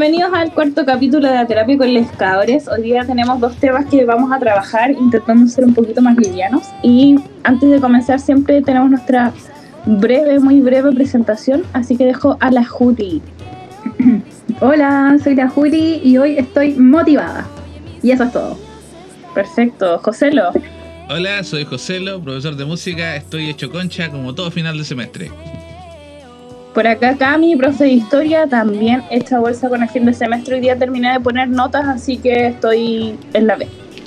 Bienvenidos al cuarto capítulo de La Terapia con les Cabres. Hoy día tenemos dos temas que vamos a trabajar intentando ser un poquito más livianos. Y antes de comenzar siempre tenemos nuestra muy breve presentación, así que dejo a la Juli. Hola, soy la Juli y hoy estoy motivada. Y eso es todo. Perfecto. Joselo. Hola, soy Joselo, profesor de música. Estoy hecho concha como todo final de semestre. Por acá Cami, profe de historia, también hecha bolsa con el fin de semestre. Hoy día terminé de poner notas, así que estoy en la B.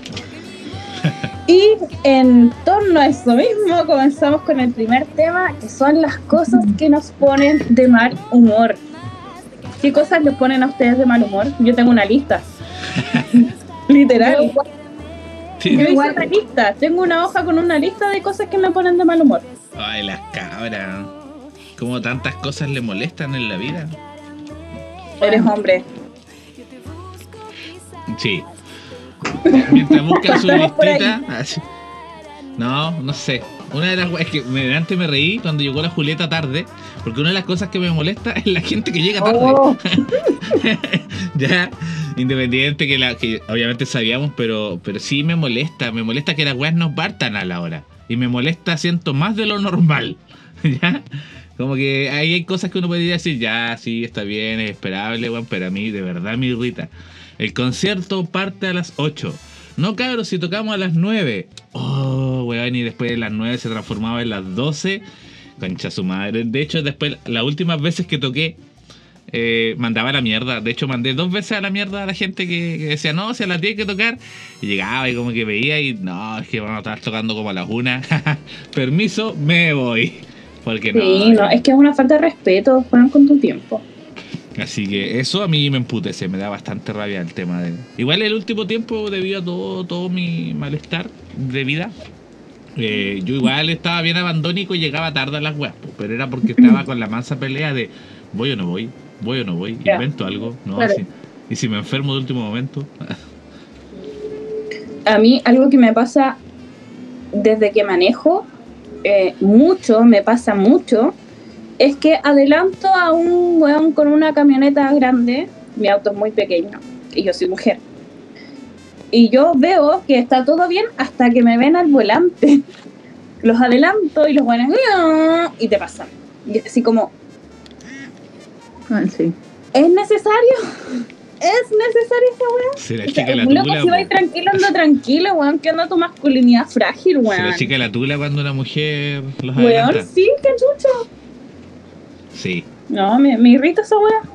Y en torno a eso mismo comenzamos con el primer tema, que son las cosas que nos ponen de mal humor. ¿Qué cosas les ponen a ustedes de mal humor? Yo tengo una lista. Literal. Sí. Yo hice una lista. Tengo una hoja con una lista de cosas que me ponen de mal humor. Ay, las cabras. Como tantas cosas le molestan en la vida. Eres hombre. Sí. Mientras buscan su listita. Así. No sé. Una de las es que antes me reí cuando llegó la Julieta tarde, porque una de las cosas que me molesta es la gente que llega tarde. Oh. Ya, independiente que obviamente sabíamos, pero sí me molesta que las weas nos partan a la hora. Y me molesta, siento más de lo normal. ¿Ya? Como que ahí hay cosas que uno podría decir, ya, sí, está bien, es esperable, weón, pero a mí de verdad me irrita. El concierto parte a las 8. No, cabros, si tocamos a las 9. Oh, weón, y después de las 9 se transformaba en las 12. Concha su madre. De hecho, después, las últimas veces que toqué, mandaba a la mierda. De hecho, mandé 2 veces a la mierda a la gente que decía, no, si a las 10 hay que tocar. Y llegaba y como que veía y, no, es que vamos a estar tocando como a las 1. Permiso, me voy. Porque sí, no, es que es una falta de respeto, juegan con tu tiempo. Así que eso a mí me emputece, me da bastante rabia el tema de... Igual el último tiempo, debido a todo mi malestar de vida, yo igual estaba bien abandónico y llegaba tarde a las weas, pero era porque estaba con la mansa pelea de voy o no voy, yeah. Invento algo, ¿no? Claro. Así. Y si me enfermo de último momento... A mí algo que me pasa desde que manejo, me pasa mucho, es que adelanto a un weón con una camioneta grande. Mi auto es muy pequeño y yo soy mujer, y yo veo que está todo bien hasta que me ven al volante. Los adelanto y los weones y te pasan, y así como sí. ¿Es necesario esa weón? Se la chica la tula. Loco, si vais tranquilo, anda tranquilo, weón. Que anda tu masculinidad frágil, weón. Se la chica la tula cuando una mujer los adelanta. Weón, sí, qué chucho. Sí. No, me irrita esa weón.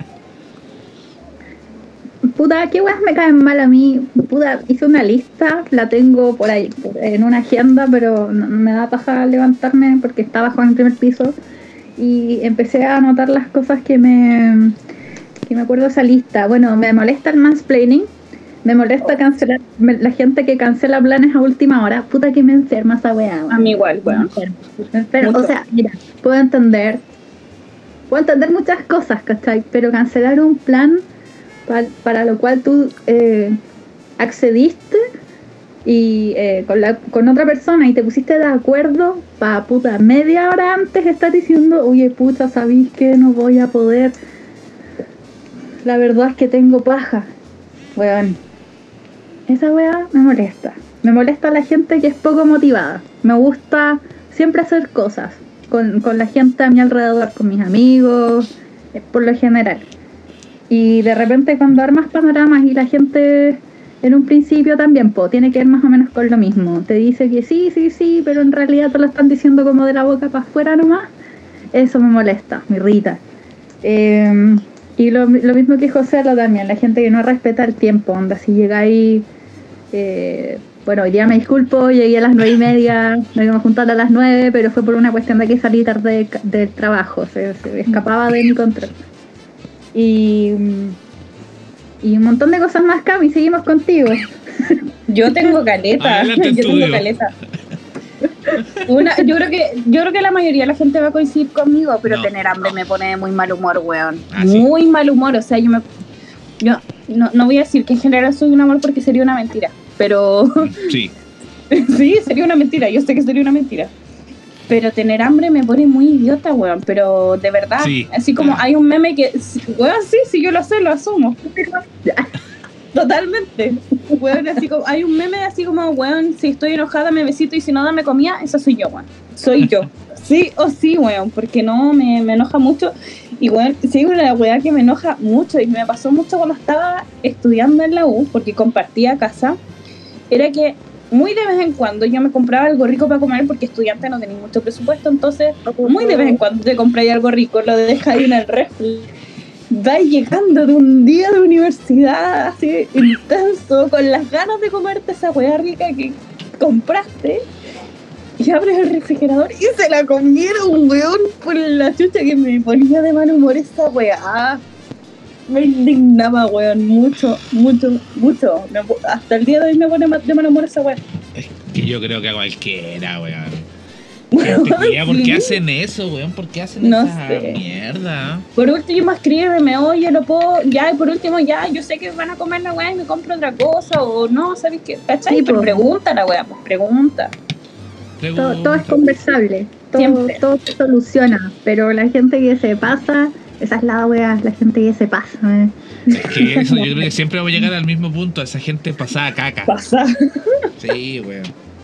Puta, qué weas me caen mal a mí. Puta, hice una lista, la tengo por ahí, en una agenda, pero no me da paja levantarme porque está abajo en el primer piso. Y empecé a anotar las cosas que me acuerdo de esa lista. Bueno, me molesta el mansplaining, me molesta cancelar, la gente que cancela planes a última hora. Puta que me enferma esa weá. A mí igual, weón. Me enferma. O sea, mira, puedo entender muchas cosas, ¿cachai? Pero cancelar un plan para lo cual tú accediste y con otra persona y te pusiste de acuerdo, puta, media hora antes estás diciendo, oye, puta, ¿sabís que no voy a poder? La verdad es que tengo paja. Weón, esa weá me molesta. Me molesta la gente que es poco motivada. Me gusta siempre hacer cosas con la gente a mi alrededor, con mis amigos, por lo general. Y de repente cuando armas panoramas y la gente en un principio también tiene que ver más o menos con lo mismo. Te dice que sí, pero en realidad te lo están diciendo como de la boca para afuera nomás. Eso me molesta, me irrita. Y lo mismo que José también, la gente que no respeta el tiempo, onda, si llegáis, bueno, hoy día me disculpo, llegué a las 9:30, nos íbamos a juntar a las 9, pero fue por una cuestión de que salí tarde del trabajo, se escapaba de mi control. Y un montón de cosas más, Cami, seguimos contigo. Yo tengo caleta, yo creo que la mayoría de la gente va a coincidir conmigo, pero tener hambre me pone de muy mal humor, weón. Muy mal humor, o sea, yo no voy a decir que en general soy un amor porque sería una mentira, pero sí. Sí, sería una mentira, yo sé que sería una mentira. Pero tener hambre me pone muy idiota, weón. Pero de verdad, Sí. así como hay un meme que, weón, sí, yo lo sé, lo asumo. Totalmente. Weón, así como, hay un meme así como, weón, si estoy enojada me besito y si no dame comida, esa soy yo, weón. Soy yo. Sí o sí, weón, porque no me enoja mucho. Y weón, sí, una weá que me enoja mucho y me pasó mucho cuando estaba estudiando en la U, porque compartía casa, era que muy de vez en cuando yo me compraba algo rico para comer porque estudiante no tenía mucho presupuesto, entonces muy de vez en cuando te compré algo rico, lo dejas ahí en el refri. Vas llegando de un día de universidad así intenso, con las ganas de comerte esa weá rica que compraste, y abres el refrigerador y se la comieron, weón, por la chucha que me ponía de mal humor esa weá. Me indignaba, weón, mucho. Hasta el día de hoy me pone de mal humor esa weá. Es que yo creo que a cualquiera, weón. Gente culia, ¿por qué hacen eso, weón? ¿Por qué hacen No esa sé. mierda? Por último, escríbeme, oye, lo puedo, ya, y por último, ya, yo sé que van a comer la weá y me compro otra cosa, o no, ¿sabes qué? ¿Cachai? Sí, Pero po. pregunta la weá, pues pregunta. Todo es conversable, Siempre. todo se soluciona, pero la gente que se pasa, esa es la wea, la gente que se pasa. Es que eso, yo creo que siempre voy a llegar al mismo punto, esa gente pasada caca. Pasa. Sí, weón.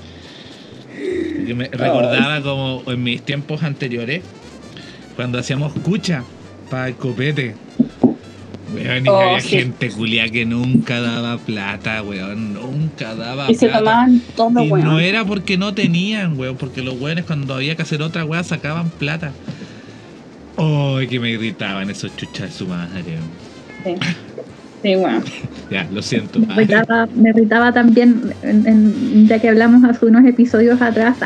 Yo me recordaba como en mis tiempos anteriores, cuando hacíamos cucha para el copete. Weón, y había Sí. gente culia que nunca daba plata, weón. Nunca daba Y se plata. tomaban todo, Y weón. no era porque no tenían, weón, porque los weones cuando había que hacer otra weá sacaban plata. Ay, que me irritaban esos chuchas de su madre, weón. Sí, weón. Ya, lo siento. Me irritaba también, ya que hablamos hace unos episodios atrás,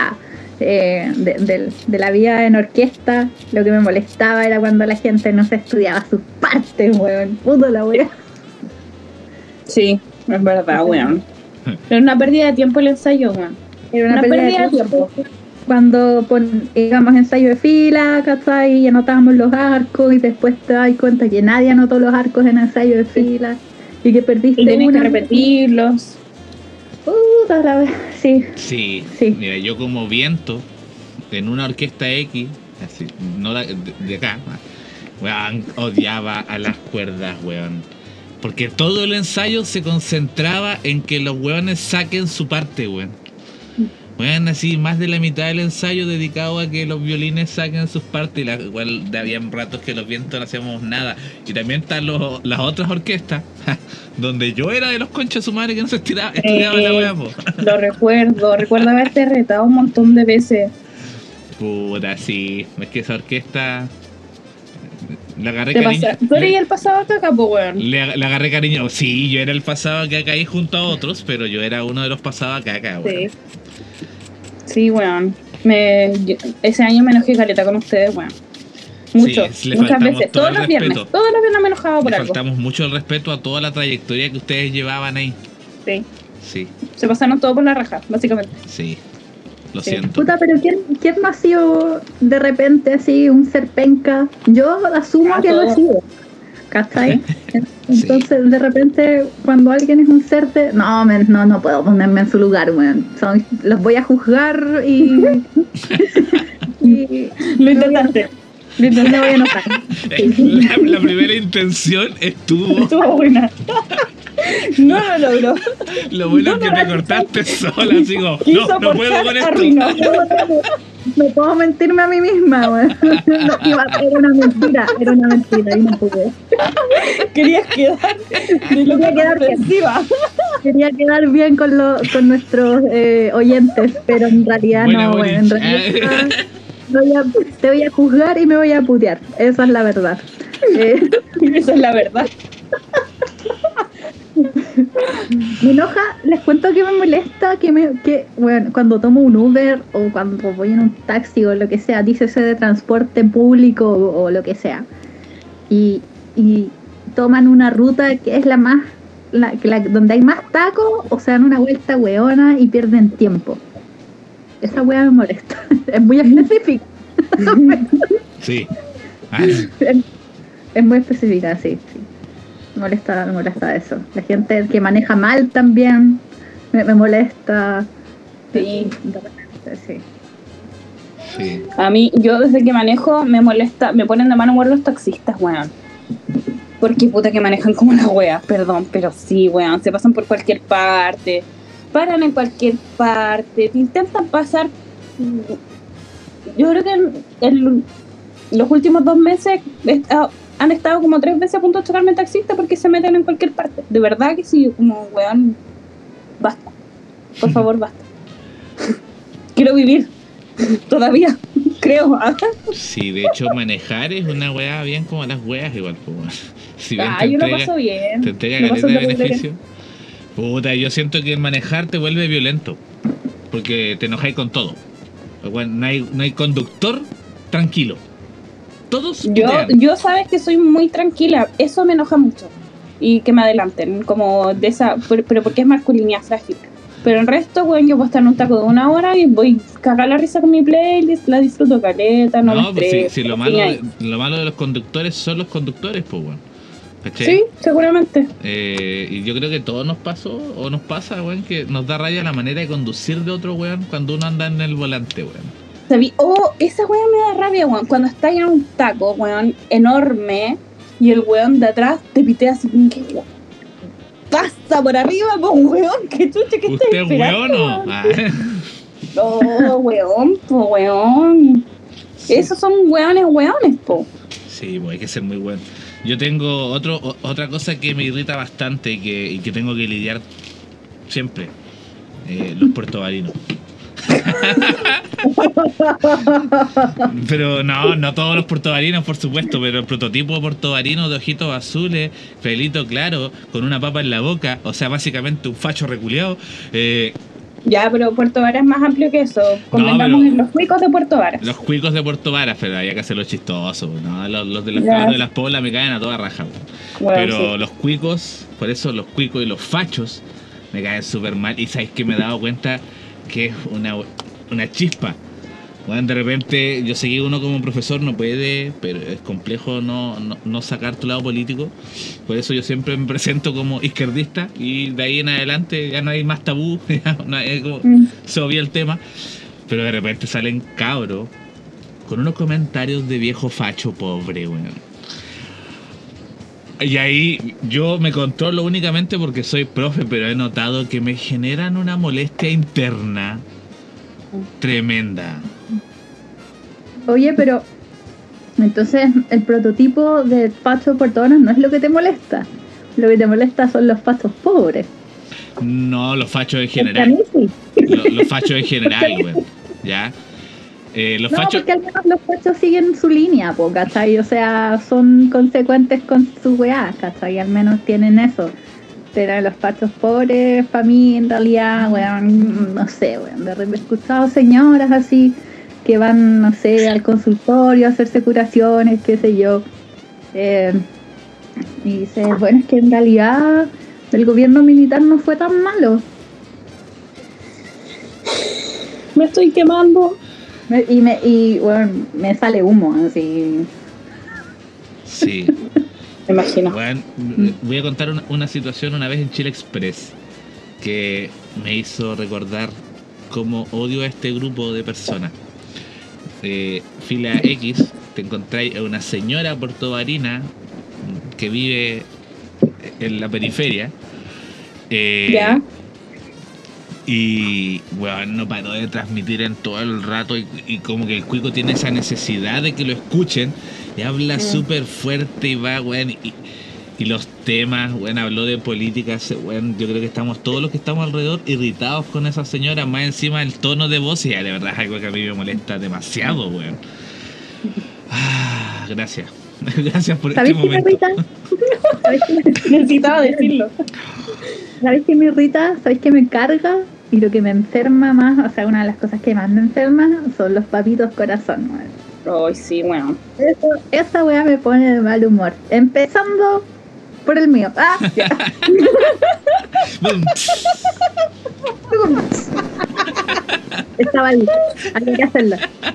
de la vida en orquesta, lo que me molestaba era cuando la gente no se estudiaba sus partes, weón. Puto la wea. Sí, es verdad, weón. Era una pérdida de tiempo el ensayo, weón. Era una pérdida de tiempo. Cuando íbamos a ensayo de fila, ¿cachai? Y anotábamos los arcos y después te das cuenta que nadie anotó los arcos en ensayo de fila y que perdiste Y tenés una. que repetirlos. Puta la wea. Sí. Sí, Sí. mira, yo como viento en una orquesta X, así, no de acá, weón, odiaba a las cuerdas, weón. Porque todo el ensayo se concentraba en que los weones saquen su parte, weón. Weón, así, más de la mitad del ensayo dedicado a que los violines saquen sus partes. Y igual habían ratos que los vientos no hacíamos nada. Y también están las otras orquestas, donde yo era de los conchas su madre que no se estudiaba la weá, po. Lo recuerdo haberte retado un montón de veces. Puta, sí. Es que esa orquesta le agarré ¿Te cariño. pasa? ¿Tú eres el pasado caca, po, weón? Le agarré cariño. Sí, yo era el pasado acá caí junto a otros, pero yo era uno de los pasados acá, weón. Sí. Sí, weón. Ese año me enojé caleta con ustedes, weón. Mucho, Sí, le muchas faltamos veces. todo Todos el los viernes. respeto. Todos los viernes me enojaba por Le algo. faltamos mucho el respeto a toda la trayectoria que ustedes llevaban ahí. Sí. Sí, Se pasaron todo por la raja, básicamente. sí. Lo Sí. siento. Puta, pero ¿quién no ha sido de repente así un ser penca? Yo asumo que lo he todos. sido, ¿cachai? Entonces, de repente, cuando alguien es un ser de... No puedo ponerme en su lugar, weón. Los voy a juzgar y... Lo intentaste. Me voy a enojar. La primera intención estuvo. Estuvo buena. No lo logró. Lo bueno es que te lo cortaste sola, así como, Quiso no puedo forzar, con esto. arruinó. No puedo mentirme a mí misma, weón. Era una mentira y no pude. Querías quedar de lo Quería quedar bien. ofensiva. Quería quedar bien con nuestros oyentes, pero en realidad Buena, no, Boric. weón. En realidad te voy a juzgar y me voy a putear. Esa es la verdad. Esa es la verdad. Me enoja, les cuento que me molesta que bueno, cuando tomo un Uber o cuando voy en un taxi o lo que sea, dícese de transporte público o lo que sea, y toman una ruta que es donde hay más tacos, o se dan una vuelta weona y pierden tiempo. Esa wea me molesta. Es muy específica. Sí. Es muy específica, sí. Me molesta eso. La gente que maneja mal también me molesta. Sí. De repente, sí. Sí. A mí, yo desde que manejo me molesta, me ponen de mal humor los taxistas, weón. Porque puta que manejan como las weas, perdón, pero sí, weón, se pasan por cualquier parte, paran en cualquier parte, te intentan pasar. Yo creo que en los últimos 2 meses han estado como 3 veces a punto de chocarme taxistas porque se meten en cualquier parte. De verdad que sí, como weón, basta. Por favor, basta. Quiero vivir. Todavía, creo. Sí, de hecho manejar es una weá bien como las weas igual, pues, weón. Si bien Yo lo paso bien. te entrega Lo caleta paso de terrible beneficio. Puta, yo siento que el manejar te vuelve violento. Porque te enojáis con todo. Bueno, no hay conductor tranquilo. Todos putean. Yo sabes que soy muy tranquila. Eso me enoja mucho. Y que me adelanten, como de esa. Pero porque es masculinidad frágil. Pero el resto, weón, yo puedo estar en un taco de 1 hora y voy a cagar la risa con mi playlist, la disfruto caleta, no me pues estreso. si lo malo de los conductores son los conductores, pues, weón. ¿Cachai? Sí, seguramente. Y yo creo que todo nos pasó o nos pasa, weón, que nos da raya la manera de conducir de otro weón cuando uno anda en el volante, weón. Esa weón me da rabia, weón. Cuando estás en un taco, weón, enorme, y el weón de atrás te pitea así, ¿qué weón? Pasa por arriba, pues weón, qué chucha que estás ¿Usted esperando. weón o? Ah. No, weón, pues weón. Sí. Esos son weones, po. Sí, pues hay que ser muy bueno. Yo tengo otra cosa que me irrita bastante y que tengo que lidiar siempre. Los puertovarinos. Pero no todos los puertovarinos, por supuesto, pero el prototipo puertovarino de ojitos azules, pelito claro, con una papa en la boca, o sea, básicamente un facho reculeado. Ya, pero Puerto Vara es más amplio que eso. Convengamos en los cuicos de Puerto Vara. Los cuicos de Puerto Varas, pero había que hacerlo chistoso, ¿no? Los de los Ya. cabros de las poblas me caen a toda raja, Bueno, pero sí. los cuicos, por eso los cuicos y los fachos me caen súper mal. Y sabéis que me he dado cuenta que es una chispa. Bueno, de repente, yo sé que uno como profesor no puede, pero es complejo no sacar tu lado político. Por eso yo siempre me presento como izquierdista y de ahí en adelante ya no hay más tabú, ya no hay, como, se obvia el tema. Pero de repente salen cabros con unos comentarios de viejo facho pobre, weón. Y ahí yo me controlo únicamente porque soy profe, pero he notado que me generan una molestia interna tremenda. Oye, pero entonces el prototipo de facho puertorriqueño no es lo que te molesta. Lo que te molesta son los fachos pobres. No, los fachos en Porque a general. mí sí. Los fachos en general, güey. ¿Ya? Los No, fachos... porque al menos los fachos siguen su línea, po, ¿cachai? O sea, son consecuentes con su weá, ¿cachai? Al menos tienen eso. Pero los fachos pobres, para mí, en realidad, weón, no sé, weón. De repente he escuchado señoras así que van, no sé, al consultorio a hacerse curaciones, qué sé yo. Y dice, bueno, es que en realidad el gobierno militar no fue tan malo. Me estoy quemando. Y bueno, me sale humo, así. Sí. Me imagino. Bueno, voy a contar una situación una vez en Chile Express que me hizo recordar cómo odio a este grupo de personas. Fila X, te encontráis a una señora puertovarina que vive en la periferia. Ya. Y bueno, no paró de transmitir en todo el rato y como que el cuico tiene esa necesidad de que lo escuchen y habla súper fuerte y va, weón, y los temas, weón, habló de política, weón, yo creo que estamos todos los que estamos alrededor irritados con esa señora, más encima el tono de voz, y ya, de verdad es algo que a mí me molesta demasiado, weón. Gracias. Gracias por este momento. ¿Sabéis qué me irrita? Necesitaba decirlo. ¿Sabéis qué me irrita? ¿Sabéis qué me carga? Y lo que me enferma más, o sea, una de las cosas que más me enferma son los papitos corazón, weón. Ay, sí, bueno. Esa weá me pone de mal humor. Empezando por el mío. Ya. Estaba ahí. Había que hacerlo.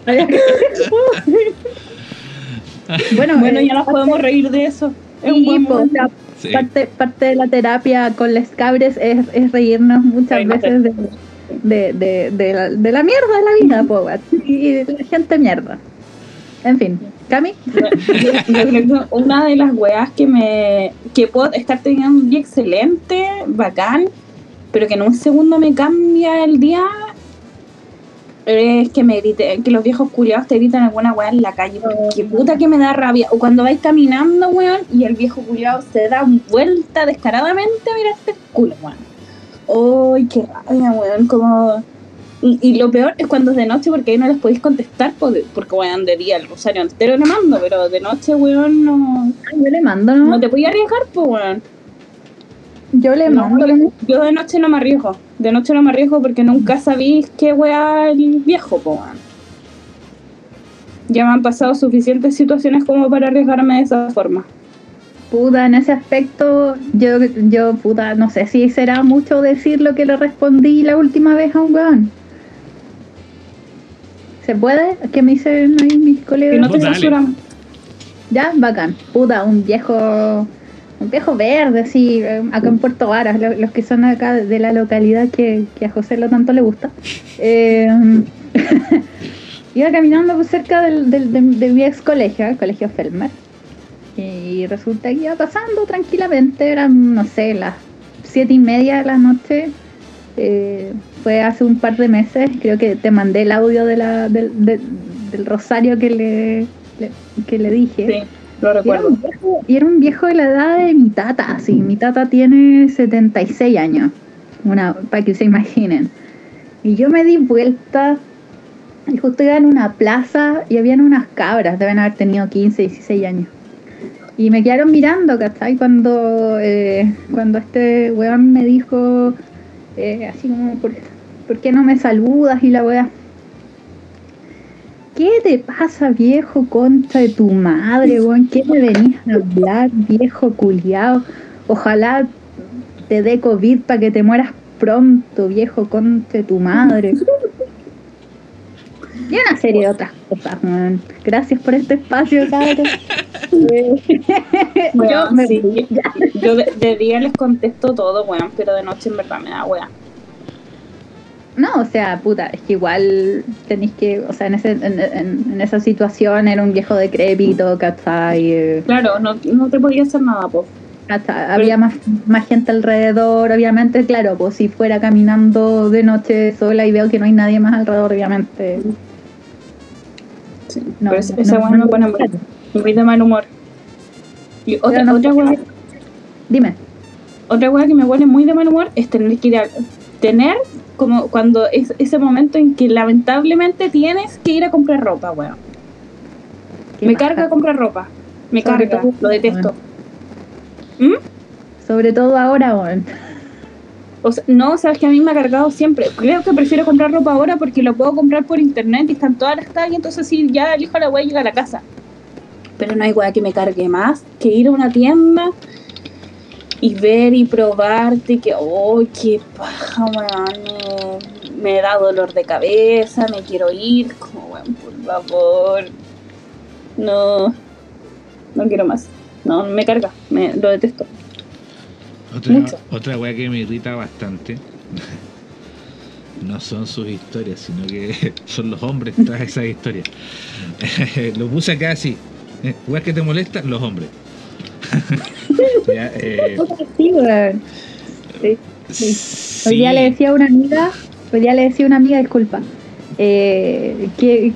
Bueno, ya nos podemos reír de eso. Es un buen o sea, Sí. parte de la terapia con las cabres es reírnos muchas Reírnos veces de la mierda de la vida, po, weón. Y de la gente mierda. En fin, Cami. Yo creo que una de las weas que puedo estar teniendo un día excelente, bacán, pero que en un segundo me cambia el día, es que me griten, que los viejos culiados te gritan alguna wea en la calle. Que puta que me da rabia. O cuando vais caminando, weón, y el viejo culiado se da vuelta descaradamente a mirarte el culo, weón. ¡Ay, qué rabia, weón! Como... Y lo peor es cuando es de noche, porque ahí no les podéis contestar, porque weón, de día el rosario entero le mando, pero de noche, weón, no... Yo le mando, ¿no? No te podía arriesgar, pues, weón. Yo le mando. Yo de noche no me arriesgo. De noche no me arriesgo porque nunca sabéis qué weá el viejo, po, weón. Ya me han pasado suficientes situaciones como para arriesgarme de esa forma. Puta, en ese aspecto, yo puta, no sé si será mucho decir lo que le respondí la última vez a un weón. ¿Se puede? ¿Qué me dicen ahí mis colegas? Que no te Dale. censuramos. Ya, bacán. Puta, un viejo verde, así, acá en Puerto Varas, los que son acá de la localidad que a José lo tanto le gusta. Iba caminando por cerca de mi ex colegio, el colegio Felmer. Y resulta que iba pasando tranquilamente, eran, no sé, las 7:30 de la noche. Fue hace un par de meses, creo que te mandé el audio del rosario que le dije. Sí, lo recuerdo. Y era un viejo de la edad de mi tata, sí. Mi tata tiene 76 años, para que se imaginen. Y yo me di vuelta y justo iba en una plaza y habían unas cabras, deben haber tenido 15, 16 años. Y me quedaron mirando, ¿cachai? Cuando este weón me dijo, así como, ¿por qué no me saludas? Y la weá, ¿qué te pasa, viejo concha de tu madre, weón? ¿Qué me venís a hablar, viejo culiao? Ojalá te dé COVID para que te mueras pronto, viejo concha de tu madre. Y una serie de otras cosas, weón. Gracias por este espacio, cabrón. Weón, yo de día les contesto todo, weón, pero de noche en verdad me da weón. No, o sea, puta, es que igual tenéis que, o sea, en esa situación era un viejo decrépito, ¿cachai? Claro, no te podía hacer nada, po. Había más gente alrededor, obviamente, claro, pues si fuera caminando de noche sola y veo que no hay nadie más alrededor, obviamente. Sí, no, pero esa weá me pone muy de mal humor. Y otra weá. Dime. Otra weá que me pone muy de mal humor es tener que tener como cuando es ese momento en que lamentablemente tienes que ir a comprar ropa, weón. Me carga comprar ropa. Me carga, lo detesto. Sobre todo ahora, weón. O sea, no, sabes que a mí me ha cargado siempre. Creo que prefiero comprar ropa ahora porque lo puedo comprar por internet y están todas las tallas, entonces sí, ya elijo la weá y llega a la casa. Pero no hay weá que me cargue más que ir a una tienda y ver y probarte que, qué paja, weón, me da dolor de cabeza, me quiero ir, como, weón, por favor, no quiero más, no, me carga, lo detesto. Otra weá que me irrita bastante no son sus historias, sino que son los hombres tras esas historias. Lo puse acá así, weas que te molestan, los hombres. Ya, sí. Hoy día le decía a una amiga, disculpa, que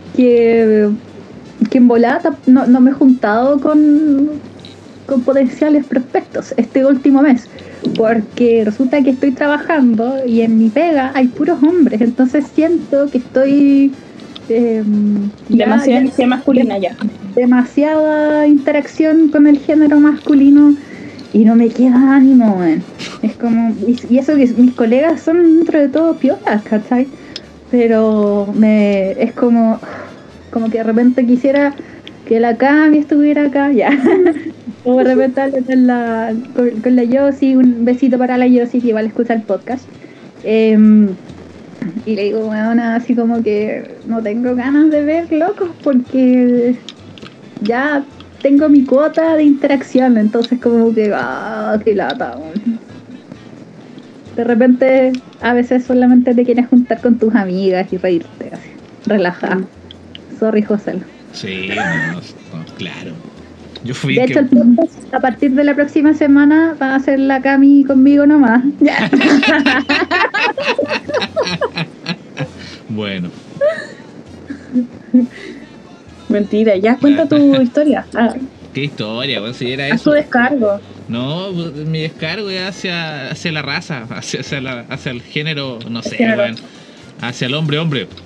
en volada no me he juntado con potenciales prospectos este último mes, porque resulta que estoy trabajando y en mi pega hay puros hombres, entonces siento que estoy demasiada energía masculina ya. Demasiada interacción con el género masculino y no me queda ánimo, man. Es como, y eso que mis colegas son dentro de todo piolas, ¿cachai? Pero es como que de repente quisiera que la Cami estuviera acá, ya. O de repente con la Yossi, un besito para la Yossi que igual escucha el podcast. Y le digo, bueno, así como que no tengo ganas de ver locos porque ya tengo mi cuota de interacción, entonces como que, qué lata. De repente A veces solamente te quieres juntar con tus amigas y reírte así, relajada. Sorry, José. Sí, no, claro. Yo fui De hecho, el podcast a partir de la próxima semana va a ser la Cami conmigo nomás. Bueno. Mentira, ya cuenta tu historia. ¿Qué historia? Bueno, si era Haz eso. tu descargo. No, mi descargo es hacia la raza, hacia el género, no sé, Género. bueno, hacia el hombre.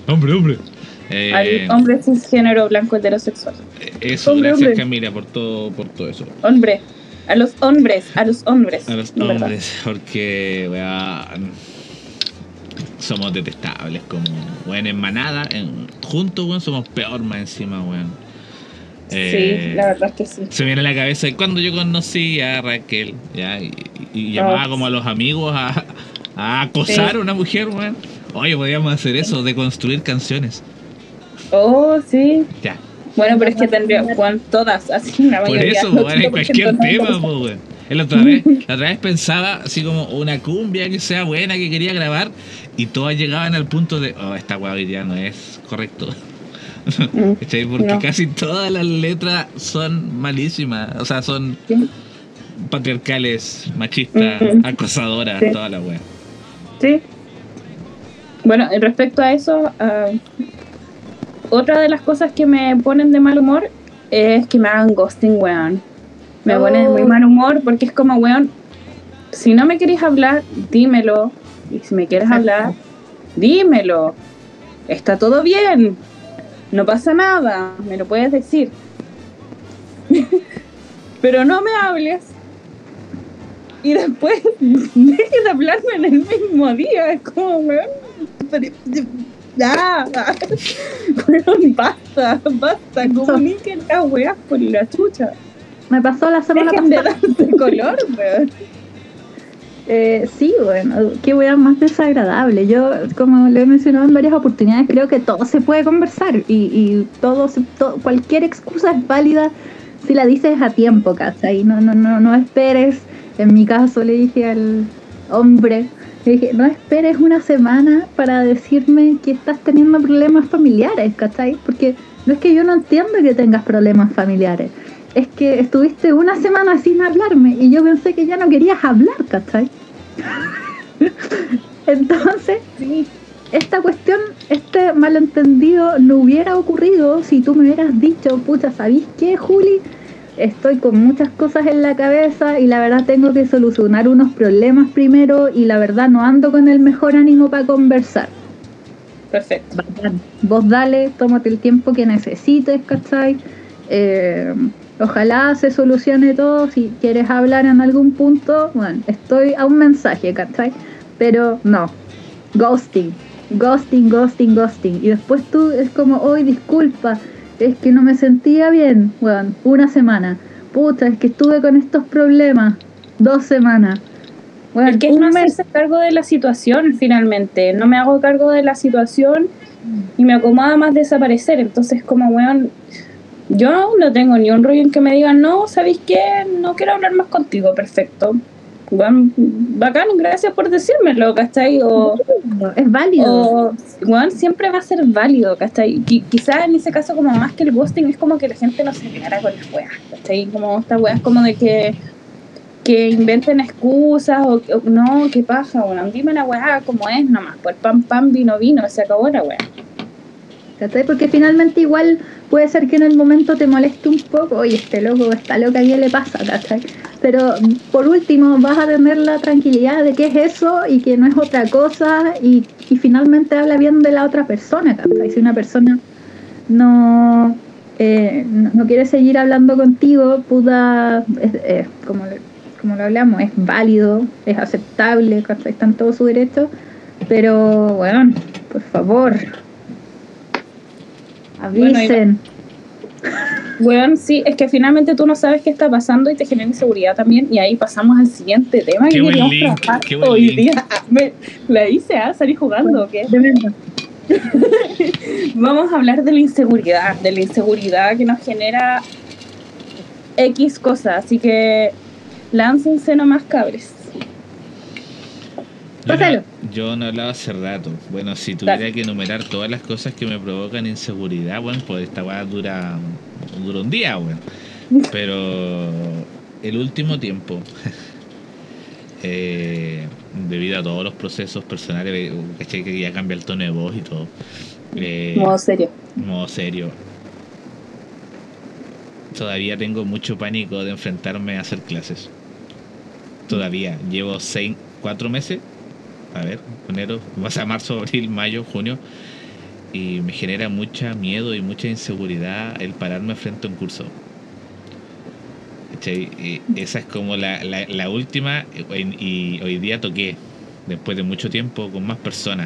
Al hombre cisgénero blanco heterosexual. Eso, Hombre, gracias hombre. Camila por todo eso. Hombre. A los hombres. A los de verdad. hombres, porque weón, somos detestables como weón en manada, juntos weón somos peor más encima, weón. Sí, la verdad es que sí. Se me viene a la cabeza cuando yo conocí a Raquel, ya, y llamaba como a los amigos a acosar Sí. a una mujer, weón. Oye, podríamos hacer eso, de construir canciones. Oh, sí. Ya. Bueno, pero es que tendría Juan todas, así la Por mayoría. eso, weón, en 80% cualquier no. tema, po, weón. La otra vez pensaba así como una cumbia que sea buena que quería grabar y todas llegaban al punto de, oh, esta weá hoy día no es correcto. ¿Cachai? Porque No. casi todas las letras son malísimas, o sea, son Sí. patriarcales, machistas, acosadoras, Sí. toda la wea. Sí. Bueno, respecto a eso, otra de las cosas que me ponen de mal humor es que me hagan ghosting, weón. Me ponen de muy mal humor porque es como, weón, si no me querés hablar, dímelo. Y si me quieres hablar, dímelo. Está todo bien. No pasa nada. Me lo puedes decir. Pero no me hables. Y después dejes de hablarme en el mismo día. Es como, weón. Ya. Weón, basta. Comuniquen las weas por la chucha. Me pasó la semana Dejen de pasada. darse color, weón. Sí, bueno, qué wea más desagradable. Yo, como lo he mencionado en varias oportunidades, creo que todo se puede conversar y cualquier excusa es válida si la dices a tiempo, ¿cachai? No esperes. En mi caso le dije al hombre, le dije, no esperes una semana para decirme que estás teniendo problemas familiares, ¿cachai? Porque no es que yo no entienda que tengas problemas familiares. Es que estuviste una semana sin hablarme y yo pensé que ya no querías hablar, ¿cachai? Entonces, Sí. esta cuestión, este malentendido no hubiera ocurrido si tú me hubieras dicho, pucha, ¿sabís qué, Juli? Estoy con muchas cosas en la cabeza y la verdad tengo que solucionar unos problemas primero y la verdad no ando con el mejor ánimo para conversar. Perfecto. Bacán. Vos dale, tómate el tiempo que necesites, ¿cachai? Ojalá se solucione todo. Si quieres hablar en algún punto, bueno, estoy a un mensaje, ¿cachai? Pero no, ghosting. Y después tú es como, hoy disculpa, es que no me sentía bien. Bueno, una semana. Puta, es que estuve con estos problemas. 2 semanas. Bueno, Es que es un no mes. hacerse cargo de la situación, finalmente. No me hago cargo de la situación y me acomoda más desaparecer. Entonces, como, weón, yo no tengo ni un rollo en que me digan, no, ¿sabéis qué? No quiero hablar más contigo. Perfecto. Weón, bacán, gracias por decírmelo, ¿cachai? Es válido. O, weón, siempre va a ser válido, ¿cachai? Quizás en ese caso, como más que el ghosting, es como que la gente no se quedara con las weas, ¿cachai? Como estas weas como de que inventen excusas o no, qué paja, bueno, dime la weá como es nomás, pues pam, vino, se acabó la weá. ¿Cachai? Porque finalmente igual puede ser que en el momento te moleste un poco, oye, este loco, esta loca, ¿qué le pasa? ¿Cachai? Pero por último vas a tener la tranquilidad de que es eso y que no es otra cosa y finalmente habla bien de la otra persona, ¿cachai? Si una persona no quiere seguir hablando contigo, puta, como lo hablamos, es válido, es aceptable, ¿cachai? Está en todo su derecho, pero bueno, por favor, avisen. Weón, sí, es que finalmente tú no sabes qué está pasando y te genera inseguridad también. Y ahí pasamos al siguiente tema Qué que buen queríamos link, trabajar qué buen hoy link. día. La hice, salí jugando, ¿o qué? Vamos a hablar de la inseguridad que nos genera X cosas. Así que láncense nomás, cabres. Yo Yo no hablaba hace rato. Bueno, si tuviera que enumerar todas las cosas que me provocan inseguridad, bueno, pues esta weá dura un día, bueno. Pero el último tiempo, debido a todos los procesos personales, ¿cachai? Que ya cambia el tono de voz y todo. Modo serio. Modo serio. Todavía tengo mucho pánico de enfrentarme a hacer clases. Todavía. Llevo 4 meses. A ver, enero, vas a marzo, abril, mayo, junio. Y me genera mucho miedo y mucha inseguridad el pararme frente a un curso. Esa es como la última. Y hoy día toqué, después de mucho tiempo, con más personas.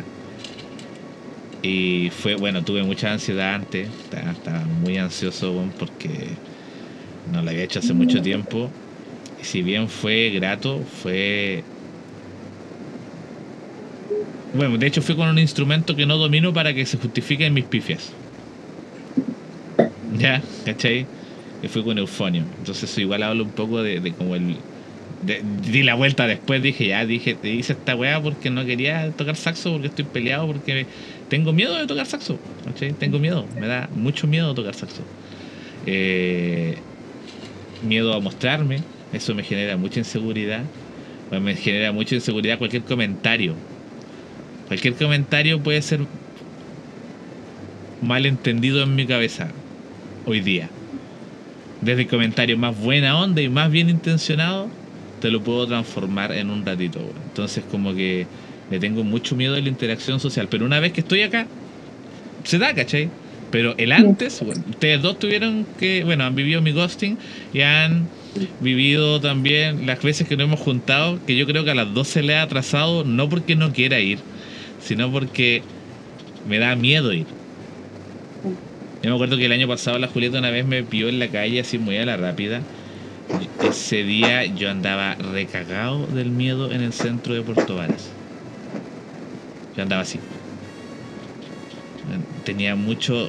Y fue, bueno, tuve mucha ansiedad antes. Estaba muy ansioso, bueno, porque no lo había hecho hace mucho tiempo. Y si bien fue grato, fue... Bueno, de hecho fui con un instrumento que no domino para que se justifiquen mis pifias. ¿Ya? ¿Cachai? Que fui con eufonio. Entonces eso igual hablo un poco de como el... di la vuelta después, dije, te hice esta weá porque no quería tocar saxo, porque estoy peleado, porque tengo miedo de tocar saxo. ¿Cachai? Tengo miedo, me da mucho miedo tocar saxo. Miedo a mostrarme, eso me genera mucha inseguridad. Bueno, me genera mucha inseguridad cualquier comentario. Cualquier comentario puede ser mal entendido en mi cabeza hoy día. Desde el comentario más buena onda y más bien intencionado, te lo puedo transformar en un ratito. Entonces como que le tengo mucho miedo a la interacción social. Pero una vez que estoy acá, se da, ¿cachai? Pero el antes, bueno, ustedes dos tuvieron que, bueno, han vivido mi ghosting y han vivido también las veces que nos hemos juntado, que yo creo que a las dos se le ha atrasado, no porque no quiera ir, sino porque me da miedo ir. Yo me acuerdo que el año pasado la Julieta una vez me pilló en la calle así muy a la rápida. Ese día yo andaba recagado del miedo en el centro de Puerto Varas. Yo andaba así. Tenía mucho...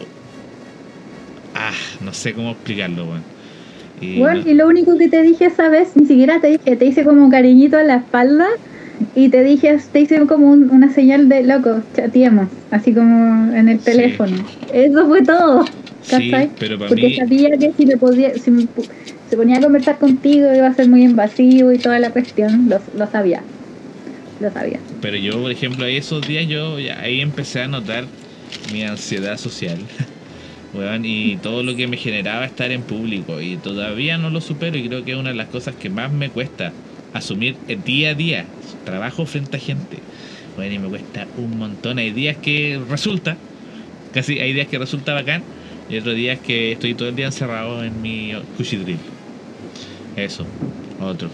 no sé cómo explicarlo, bueno. Y lo único que te dije esa vez, ni siquiera te dije, te hice como un cariñito en la espalda y te hice como una señal de loco, chateemos, así como en el teléfono. Eso fue todo, ¿cachai? Sí, pero para porque mí... sabía que si se ponía a conversar contigo iba a ser muy invasivo y toda la cuestión, lo sabía. Pero yo, por ejemplo, esos días ahí empecé a notar mi ansiedad social. Bueno, y todo lo que me generaba estar en público, y todavía no lo supero, y creo que es una de las cosas que más me cuesta asumir día a día. Trabajo frente a gente, bueno, y me cuesta un montón. Hay días que resulta bacán, y otros días que estoy todo el día encerrado en mi cuchidril. Eso, otro.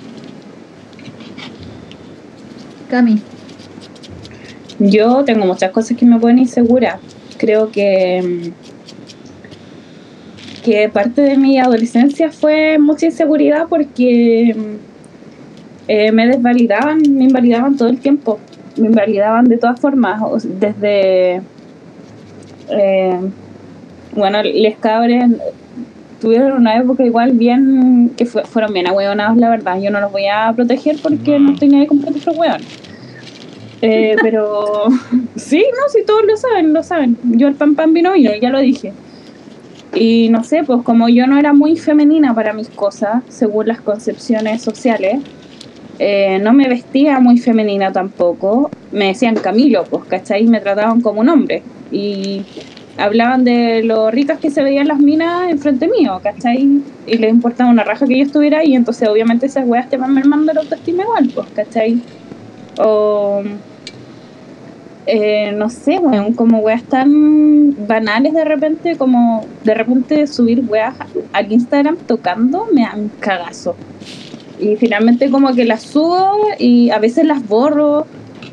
Cami. Yo tengo muchas cosas que me ponen insegura. Creo que parte de mi adolescencia fue mucha inseguridad porque me invalidaban todo el tiempo. Me invalidaban de todas formas, desde... les cabres tuvieron una época igual bien... que fueron bien ahueonados, la verdad. Yo no los voy a proteger porque no estoy ni ahí con proteger hueones. Pero... sí, todos lo saben. Yo el pan vino, ya lo dije. Y no sé, pues como yo no era muy femenina para mis cosas, según las concepciones sociales, no me vestía muy femenina tampoco. Me decían Camilo, pues, ¿cachai? Me trataban como un hombre. Y hablaban de lo ricas que se veían las minas enfrente mío, ¿cachai? Y les importaba una raja que yo estuviera ahí, entonces obviamente esas weas te van mermando la autoestima igual, pues, ¿cachai? O... no sé, weón, como weas tan banales de repente, como de repente subir weas al Instagram tocando, me dan cagazo. Y finalmente como que las subo y a veces las borro,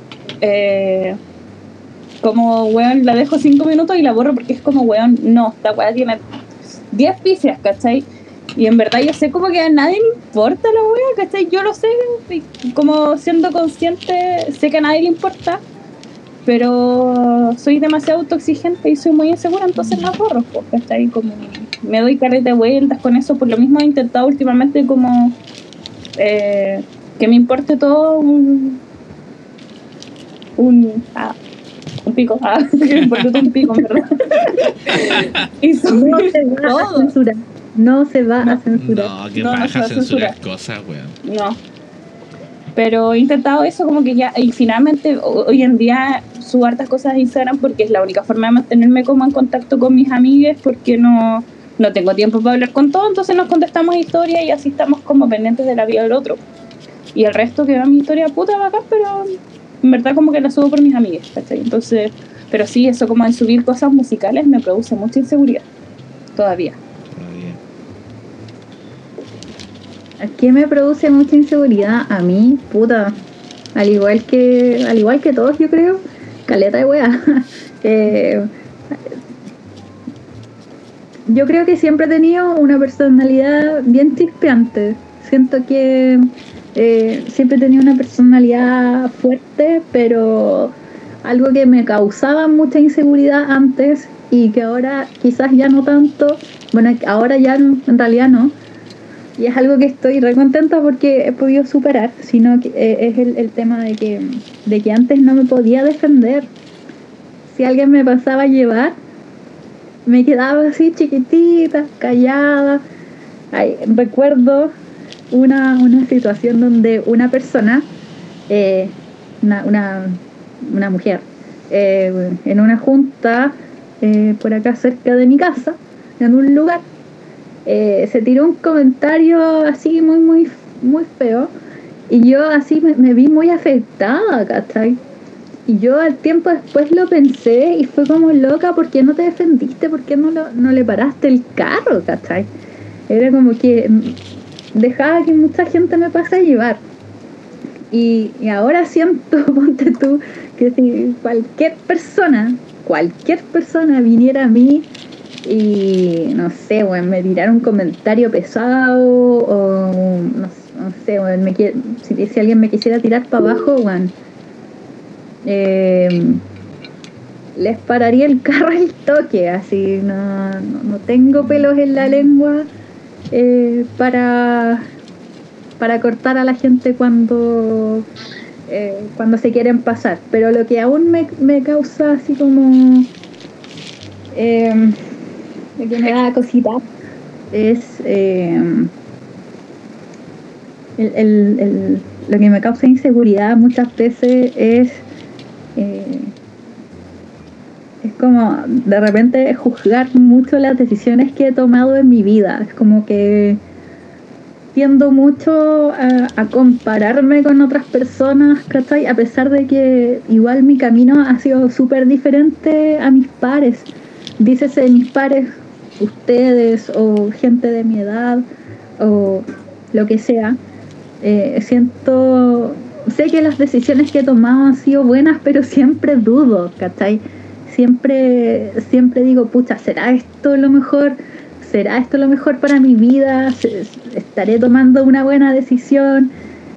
como weón, la dejo 5 minutos y la borro porque es como weón, no, esta wea tiene 10 pifias, ¿cachai? Y en verdad yo sé como que a nadie le importa la wea, ¿cachai? Yo lo sé, como siendo consciente, sé que a nadie le importa. Pero soy demasiado autoexigente y soy muy insegura, entonces las borro, porque está ahí como me doy carrete de vueltas con eso. Por lo mismo he intentado últimamente como que me importe todo un un pico, por un pico, en verdad. Y no se va a censurar. No se va a censurar. No, que baja censurar cosas, weón. No. Pero he intentado eso como que ya, y finalmente hoy en día subo hartas cosas a Instagram porque es la única forma de mantenerme como en contacto con mis amigas, porque no tengo tiempo para hablar con todo, entonces nos contestamos historias y así estamos como pendientes de la vida del otro. Y el resto que va mi historia puta bacán, pero en verdad como que la subo por mis amigas, ¿cachai? Entonces, pero sí, eso como de subir cosas musicales me produce mucha inseguridad, todavía. ¿Qué me produce mucha inseguridad? A mí, puta, al igual que todos, yo creo, caleta de weá. Yo creo que siempre he tenido una personalidad bien chispeante. Siento que siempre he tenido una personalidad fuerte, pero algo que me causaba mucha inseguridad antes y que ahora quizás ya no tanto. Bueno, ahora ya en realidad no. Y es algo que estoy re contenta porque he podido superar, sino que es el tema de que antes no me podía defender. Si alguien me pasaba a llevar, me quedaba así chiquitita, callada. Recuerdo una situación donde una persona, una mujer, en una junta por acá cerca de mi casa, en un lugar, se tiró un comentario así muy muy muy feo y yo así me vi muy afectada, ¿cachai? Y yo al tiempo después lo pensé y fue como loca, ¿por qué no te defendiste? ¿Por qué no le paraste el carro, ¿cachai? Era como que dejaba que mucha gente me pase a llevar. Y ahora siento, ponte tú, que si cualquier persona viniera a mí y no sé, bueno, me tirara un comentario pesado o no sé, bueno, si alguien me quisiera tirar para abajo, bueno, les pararía el carro al toque, así no tengo pelos en la lengua para cortar a la gente cuando se quieren pasar. Pero lo que aún me causa así como lo que me da cosita es lo que me causa inseguridad muchas veces es como de repente juzgar mucho las decisiones que he tomado en mi vida. Es como que tiendo mucho a compararme con otras personas, ¿cachai? A pesar de que igual mi camino ha sido súper diferente a mis pares. Dícese mis pares, ustedes o gente de mi edad o lo que sea. Sé que las decisiones que he tomado han sido buenas, pero siempre dudo, ¿cachai? Siempre digo, pucha, ¿será esto lo mejor? ¿Será esto lo mejor para mi vida? ¿Estaré tomando una buena decisión?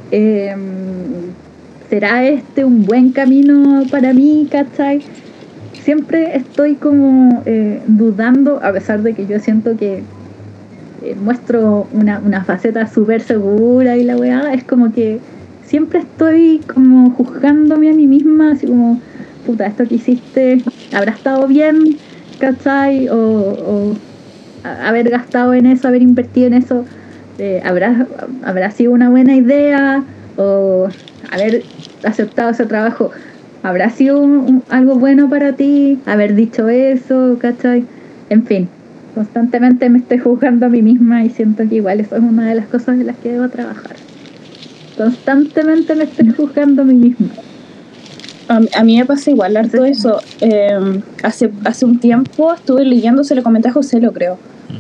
¿Será este un buen camino para mí, ¿cachai? Siempre estoy como dudando, a pesar de que yo siento que muestro una faceta súper segura y la weá, es como que siempre estoy como juzgándome a mí misma, así como, puta, esto que hiciste habrá estado bien, ¿cachai? O haber gastado en eso, haber invertido en eso, habrá sido una buena idea, o haber aceptado ese trabajo, habrá sido algo bueno para ti, haber dicho eso, ¿cachai? En fin, constantemente me estoy juzgando a mí misma y siento que igual eso es una de las cosas en las que debo trabajar. Constantemente me estoy juzgando a mí misma. A mí me pasa igual harto eso. Hace un tiempo estuve leyendo, se lo comenté a José, lo creo,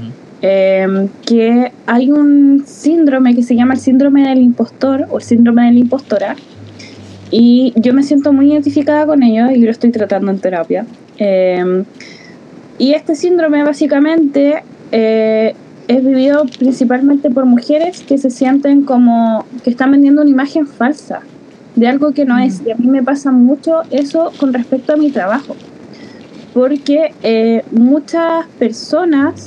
que hay un síndrome que se llama el síndrome del impostor o el síndrome de la impostora, y yo me siento muy identificada con ello y lo estoy tratando en terapia. Y este síndrome básicamente es vivido principalmente por mujeres que se sienten como que están vendiendo una imagen falsa de algo que no es. Y a mí me pasa mucho eso con respecto a mi trabajo, porque muchas personas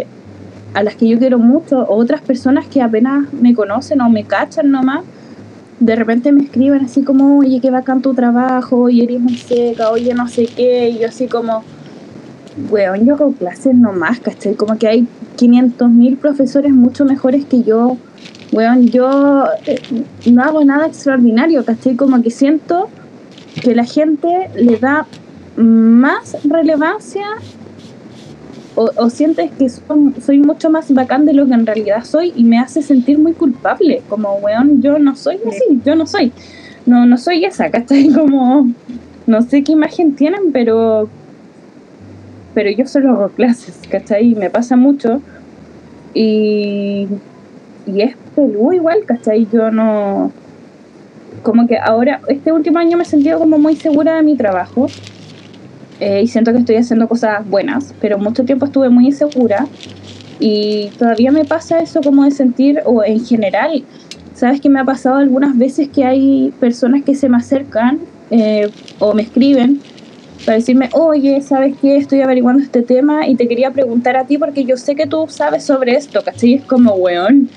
a las que yo quiero mucho, o otras personas que apenas me conocen o me cachan nomás, de repente me escriben así como, oye, qué bacán tu trabajo, oye, eres muy seca, oye, no sé qué, y yo así como, weón, yo hago clases nomás, ¿cachai? Como que hay 500.000 profesores mucho mejores que yo, weón, yo no hago nada extraordinario, ¿cachai? Como que siento que la gente le da más relevancia o sientes que soy mucho más bacán de lo que en realidad soy y me hace sentir muy culpable, como, weón, yo no soy así, yo no soy esa, ¿cachai? Como, no sé qué imagen tienen, pero yo solo hago clases, ¿cachai? Y me pasa mucho y es peludo igual, ¿cachai? Yo no, como que ahora, este último año me he sentido como muy segura de mi trabajo. Y siento que estoy haciendo cosas buenas, pero mucho tiempo estuve muy insegura y todavía me pasa eso como de sentir, o en general, sabes que me ha pasado algunas veces que hay personas que se me acercan o me escriben para decirme, oye, ¿sabes qué? Estoy averiguando este tema y te quería preguntar a ti porque yo sé que tú sabes sobre esto, ¿cachai? Es como, weón,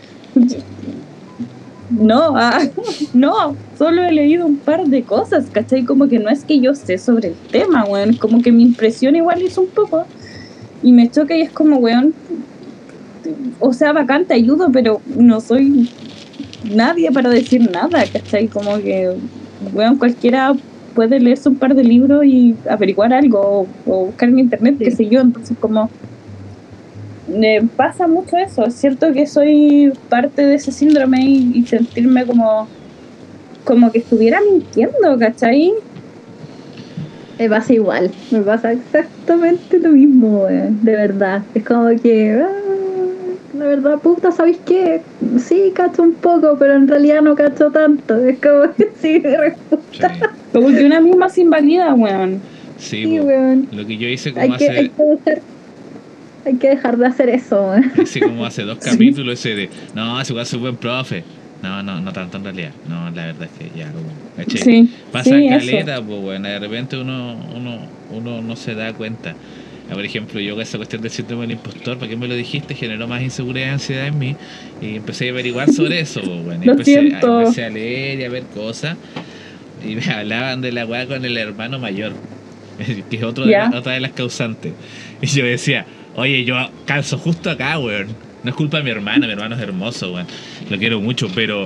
no, no, solo he leído un par de cosas, ¿cachai? Como que no es que yo sé sobre el tema, weón, como que mi impresión igual hizo un poco y me choca y es como, weón, o sea, bacán, te ayudo, pero no soy nadie para decir nada, ¿cachai? Como que, weón, cualquiera puede leerse un par de libros y averiguar algo o buscar en internet, qué sé yo, entonces como... Me pasa mucho eso, es cierto que soy parte de ese síndrome y sentirme como que estuviera mintiendo, ¿cachai? Me pasa igual, me pasa exactamente lo mismo, de verdad. Es como que, la verdad, puta, ¿sabéis qué? Sí, cacho un poco, pero en realidad no cacho tanto. Es como que sí, resulta. Sí. Como que una misma se invalida, weón. Sí, Sí, weón. lo que yo hice como Hay que dejar de hacer eso, weón. hice como hace 2 capítulos ese de, no, ese weón es un buen profe. No tanto en realidad. No, la verdad es que ya, como, ¿cachai? Sí, Pasa sí, caleta, pues bueno, de repente uno no se da cuenta. Por ejemplo, yo con esa cuestión del síndrome del impostor, ¿para qué me lo dijiste? Generó más inseguridad y ansiedad en mí. Y empecé a averiguar sobre eso, pues bueno. Lo siento. Empecé a leer y a ver cosas. Y me hablaban de la weá con el hermano mayor, que es otra de las causantes. Y yo decía, oye, yo calzo justo acá, weón. No es culpa de mi hermano es hermoso, weón. Lo quiero mucho, pero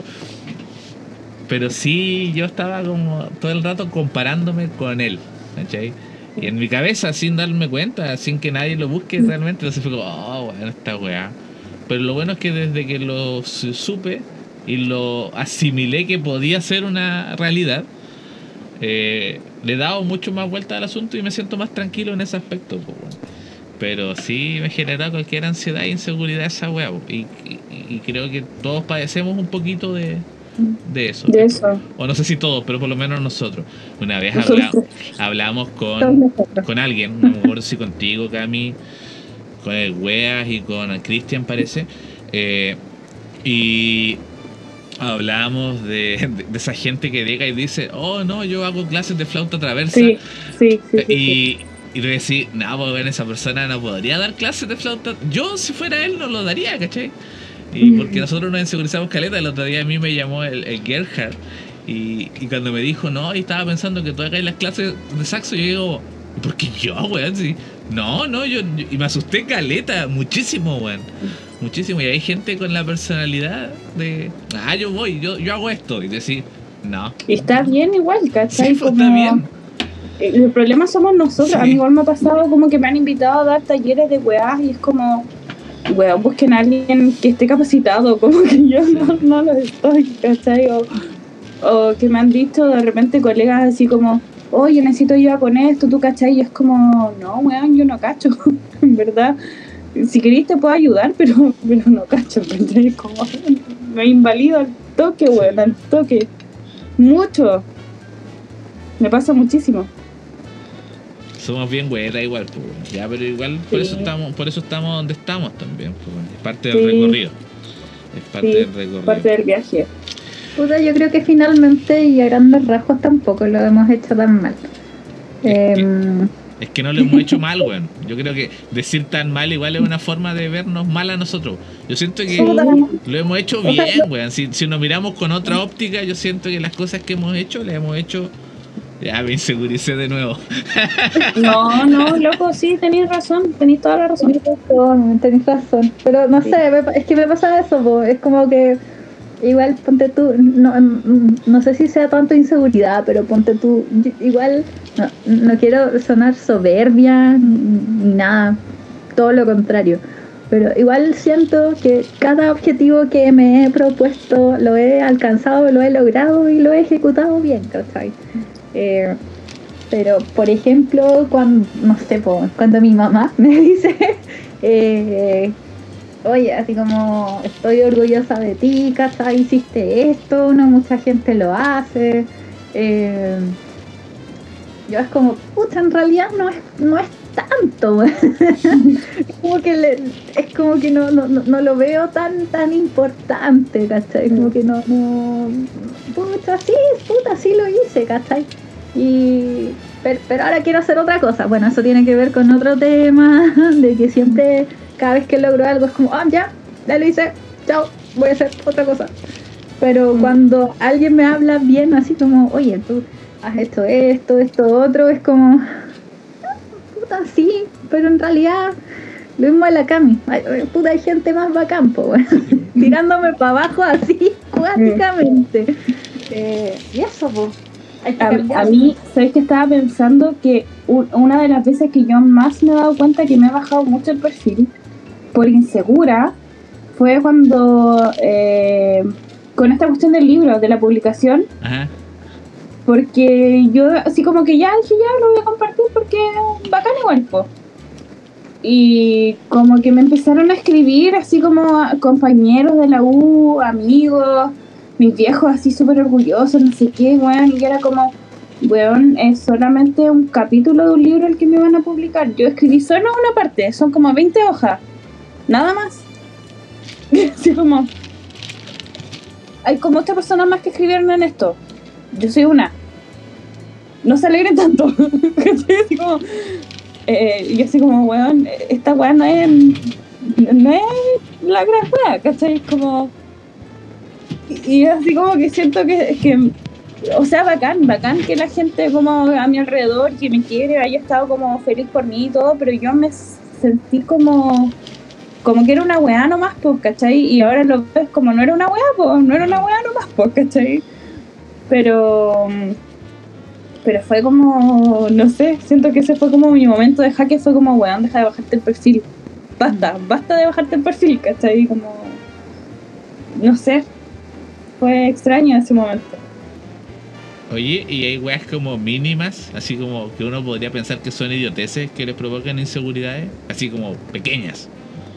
sí, yo estaba como todo el rato comparándome con él, ¿cachai? Y en mi cabeza, sin darme cuenta, sin que nadie lo busque realmente, entonces fue como, oh, bueno, esta weá. Pero lo bueno es que desde que lo supe y lo asimilé que podía ser una realidad, le he dado mucho más vuelta al asunto y me siento más tranquilo en ese aspecto, pues, bueno. Pero sí me genera cualquier ansiedad e inseguridad esa weá, y creo que todos padecemos un poquito de eso. De eso. O no sé si todos, pero por lo menos nosotros. Una vez hablamos con alguien, no me acuerdo si contigo, Cami, con el Weas y con Cristian, parece. Y hablamos de esa gente que llega y dice, oh no, yo hago clases de flauta traversa. Sí. Y tú decís, no, pues bueno, esa persona no podría dar clases de flauta. Yo, si fuera él, no lo daría, ¿cachai? Y porque nosotros nos insegurizamos caleta. El otro día a mí me llamó el Gerhard y cuando me dijo, no, y estaba pensando que tú hagas las clases de saxo, yo digo, ¿por qué yo, weón? Sí. No, yo y me asusté caleta, muchísimo, weón. Muchísimo. Y hay gente con la personalidad de, yo voy, yo hago esto. Y decir, no. Y está bien igual, ¿cachai? Sí, pues está bien. El problema somos nosotros. Sí. A mí igual me ha pasado como que me han invitado a dar talleres de weás y es como, weón, busquen a alguien que esté capacitado, como que yo no lo estoy, ¿cachai? O que me han dicho de repente colegas así como, oye, necesito ayuda con esto, ¿tú cachai? Y es como, no, weón, yo no cacho, en verdad. Si querés te puedo ayudar, pero no cacho, ¿cachai? Como, me invalido al toque, weón, al toque. Mucho. Me pasa muchísimo. Somos bien güeras igual, pues, ya, pero igual por eso estamos donde estamos también, pues, es parte del recorrido. Es parte del recorrido. Parte del viaje. Puta, yo creo que finalmente y a grandes rasgos tampoco lo hemos hecho tan mal. Es Es que no lo hemos hecho mal, weón. Yo creo que decir tan mal igual es una forma de vernos mal a nosotros. Yo siento que lo hemos hecho bien, weón. Si nos miramos con otra óptica, yo siento que las cosas que hemos hecho, las hemos hecho... Ya me inseguricé de nuevo. No, loco, sí, tenéis razón, tenéis toda la razón. Tenés razón. Pero no sé, es que me pasa eso, po. Es como que igual ponte tú, no sé si sea tanto inseguridad, pero ponte tú, igual no quiero sonar soberbia ni nada, todo lo contrario. Pero igual siento que cada objetivo que me he propuesto lo he alcanzado, lo he logrado y lo he ejecutado bien, ¿cachai? Pero por ejemplo cuando mi mamá me dice oye, así como estoy orgullosa de ti, ¿cachai? Hiciste esto, no mucha gente lo hace, yo es como, pucha, en realidad no es tanto. Es como que no lo veo tan importante, ¿cachai? Como que no puta, sí lo hice, ¿cachai? Pero ahora quiero hacer otra cosa. Bueno, eso tiene que ver con otro tema, de que siempre, cada vez que logro algo es como, ya lo hice, chao, voy a hacer otra cosa. Pero cuando alguien me habla bien, así como, oye, tú has hecho esto, otro, es como, puta, sí, pero en realidad lo mismo a la Cami. Puta, hay gente más bacán, bueno, tirándome para abajo así, cuáticamente. Y eso, pues. A mí, ¿sabes qué? Estaba pensando que una de las veces que yo más me he dado cuenta que me he bajado mucho el perfil por insegura fue cuando con esta cuestión del libro, de la publicación. Ajá. Porque yo así como que ya dije, ya lo voy a compartir porque es bacán igual, po. Y como que me empezaron a escribir así como compañeros de la U, amigos, mis viejos así súper orgullosos, no sé qué, weón, y era como, weón, es solamente un capítulo de un libro el que me van a publicar. Yo escribí solo una parte, son como 20 hojas, nada más. Así como, hay como 8 personas más que escribieron en esto. Yo soy una. No se alegren tanto. Así como, yo así como, weón, esta weá no es la gran weá, ¿cachai? Como... Y así como que siento que o sea, bacán que la gente como a mi alrededor, que me quiere, haya estado como feliz por mí y todo, pero yo me sentí como que era una weá nomás, pues, ¿cachai? Y ahora lo ves como no era una weá, pues, no era una weá nomás, pues, ¿cachai? Pero fue como, no sé, siento que ese fue como mi momento de jaque, fue como, weón, deja de bajarte el perfil, basta de bajarte el perfil, ¿cachai? Como, no sé, fue extraño ese momento. Oye, y hay weas como mínimas, así como que uno podría pensar que son idioteces que les provocan inseguridades, así como pequeñas.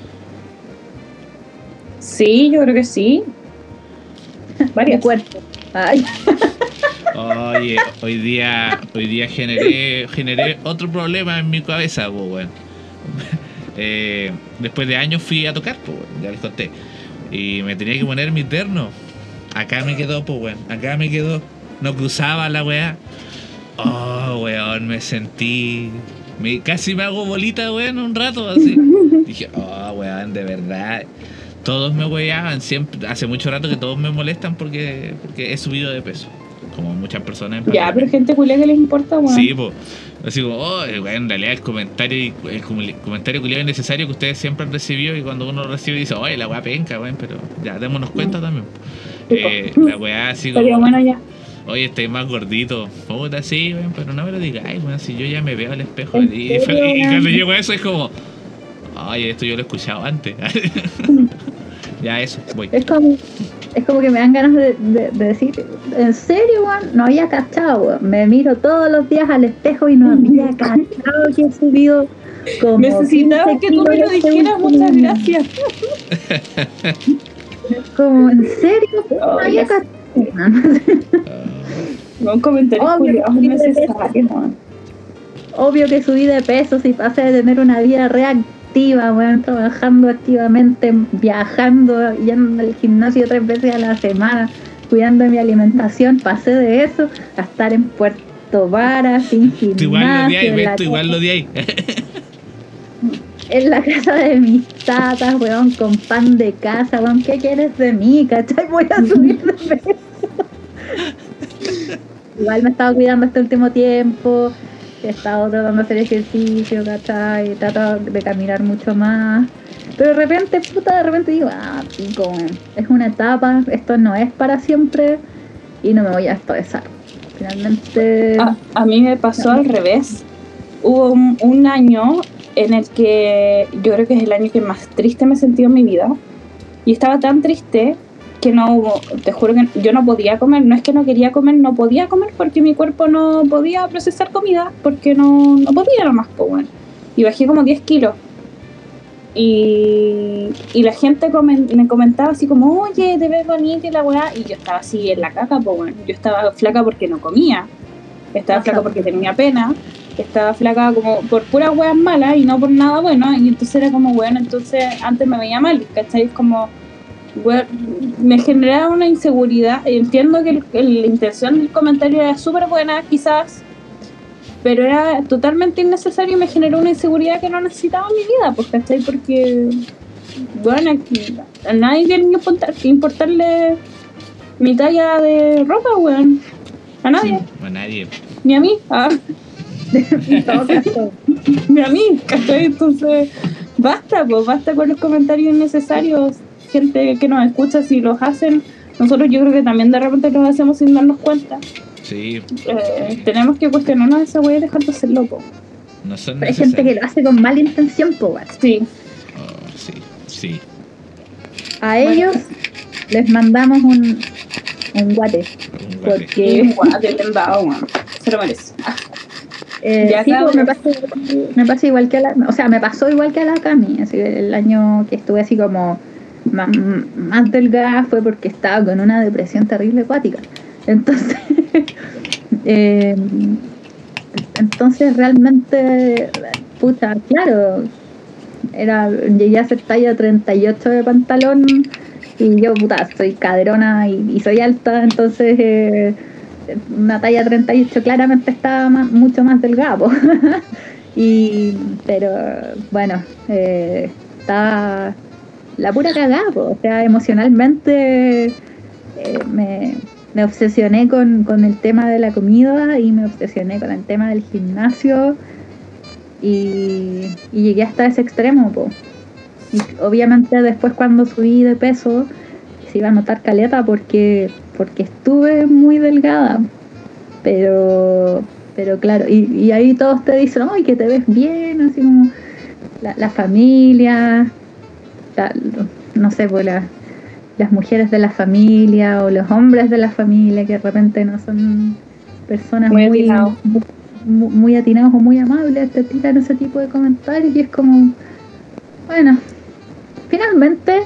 Sí, yo creo que sí. Varias. Ay. Oye, hoy día generé otro problema en mi cabeza, pues, bueno. Después de años fui a tocar, pues, bueno, ya les conté. Y me tenía que poner mi terno. Acá me quedó, pues, bueno, acá me quedó. No cruzaba la weá. Oh, weón, me sentí... casi me hago bolita, weón, un rato, así. Dije, oh, weón, de verdad... Todos me weaban, siempre, hace mucho rato que todos me molestan porque he subido de peso, como muchas personas en ya, pero gente culia que les importa, weón. Sí, pues, así como, en realidad el comentario culiado innecesario que ustedes siempre han recibido, y cuando uno recibe dice, oye, la weá penca, weón, pero ya, démonos cuenta también. La weá así como, pero bueno, ya. Oye, estoy más gordito, puta, sí, weón, pero no me lo digáis, weón, si yo ya me veo al espejo. Y cuando llego a eso es como, oye, esto yo lo he escuchado antes. Ya, eso, voy. Es como que me dan ganas de decir, en serio, weón, no había cachado, weón. Me miro todos los días al espejo y no había cachado que he subido como... Necesitaba que tú me lo dijeras, muchas gracias. Como, en serio, no había cachado. Un comentario innecesario, weón. Obvio que subí de peso si pasé de tener una vida reactiva, bueno, trabajando activamente, viajando, yendo al gimnasio 3 veces a la semana, cuidando de mi alimentación, pasé de eso a estar en Puerto resto vara, sin Tú igual lo de ahí, gimnasio, ves, tú igual lo de ahí. en la casa de mis tatas, weón, con pan de casa, weón, ¿qué quieres de mí? ¿Cachai? Voy a subir de peso. Igual me he estado cuidando este último tiempo, he estado tratando de hacer ejercicio, ¿cachai? Trato de caminar mucho más. Pero de repente digo, pico, weón, es una etapa, esto no es para siempre y no me voy a estresar. Finalmente... A mí me pasó al revés. Hubo un año en el que yo creo que es el año que más triste me he sentido en mi vida. Y estaba tan triste que te juro que yo no podía comer. No es que no quería comer, no podía comer porque mi cuerpo no podía procesar comida porque no podía nomás, pues bueno. Y bajé como 10 kilos. Y la gente me comentaba así como, oye, te ves bonita y la weá. Y yo estaba así en la caca, pues bueno. Yo estaba flaca porque no comía. Estaba flaca porque tenía pena. Estaba flaca como por puras weas malas y no por nada bueno. Y entonces era como, bueno, entonces antes me veía mal, ¿cachai? Como, bueno, me generaba una inseguridad. Entiendo que la intención del comentario era súper buena, quizás, pero era totalmente innecesario y me generó una inseguridad que no necesitaba en mi vida, pues, ¿cachai? Porque, bueno, a nadie tiene que importarle mi talla de ropa, weón. A nadie. Sí, a nadie. Ni a mí. Ni a mí, ¿cachai? Entonces, basta con los comentarios innecesarios. Gente que nos escucha, si los hacen, nosotros yo creo que también de repente los hacemos sin darnos cuenta. Sí. Tenemos que cuestionarnos esa wea y dejar de ser loco. No son Hay gente que lo hace con mala intención, po. Sí. Sí. A ellos les mandamos un guate. Porque un guate le han dado, se lo merece. sí, pues me pasa igual que me pasó igual que a la Cami. Así que el año que estuve así como más delgada fue porque estaba con una depresión terrible acuática. Entonces realmente, puta, claro, llegué a ser talla 38 de pantalón y yo, puta, soy caderona y soy alta, entonces una talla 38 claramente estaba mucho más delgada, po. Pero bueno, estaba la pura cagada, po. O sea, emocionalmente me obsesioné con el tema de la comida y me obsesioné con el tema del gimnasio y llegué hasta ese extremo, po. Y obviamente después cuando subí de peso se iba a notar caleta porque estuve muy delgada, pero claro, y ahí todos te dicen, ¡ay, que te ves bien! Así como la familia, no sé, pues las mujeres de la familia o los hombres de la familia que de repente no son personas muy atinados o muy amables, te tiran ese tipo de comentarios y es como, bueno, finalmente,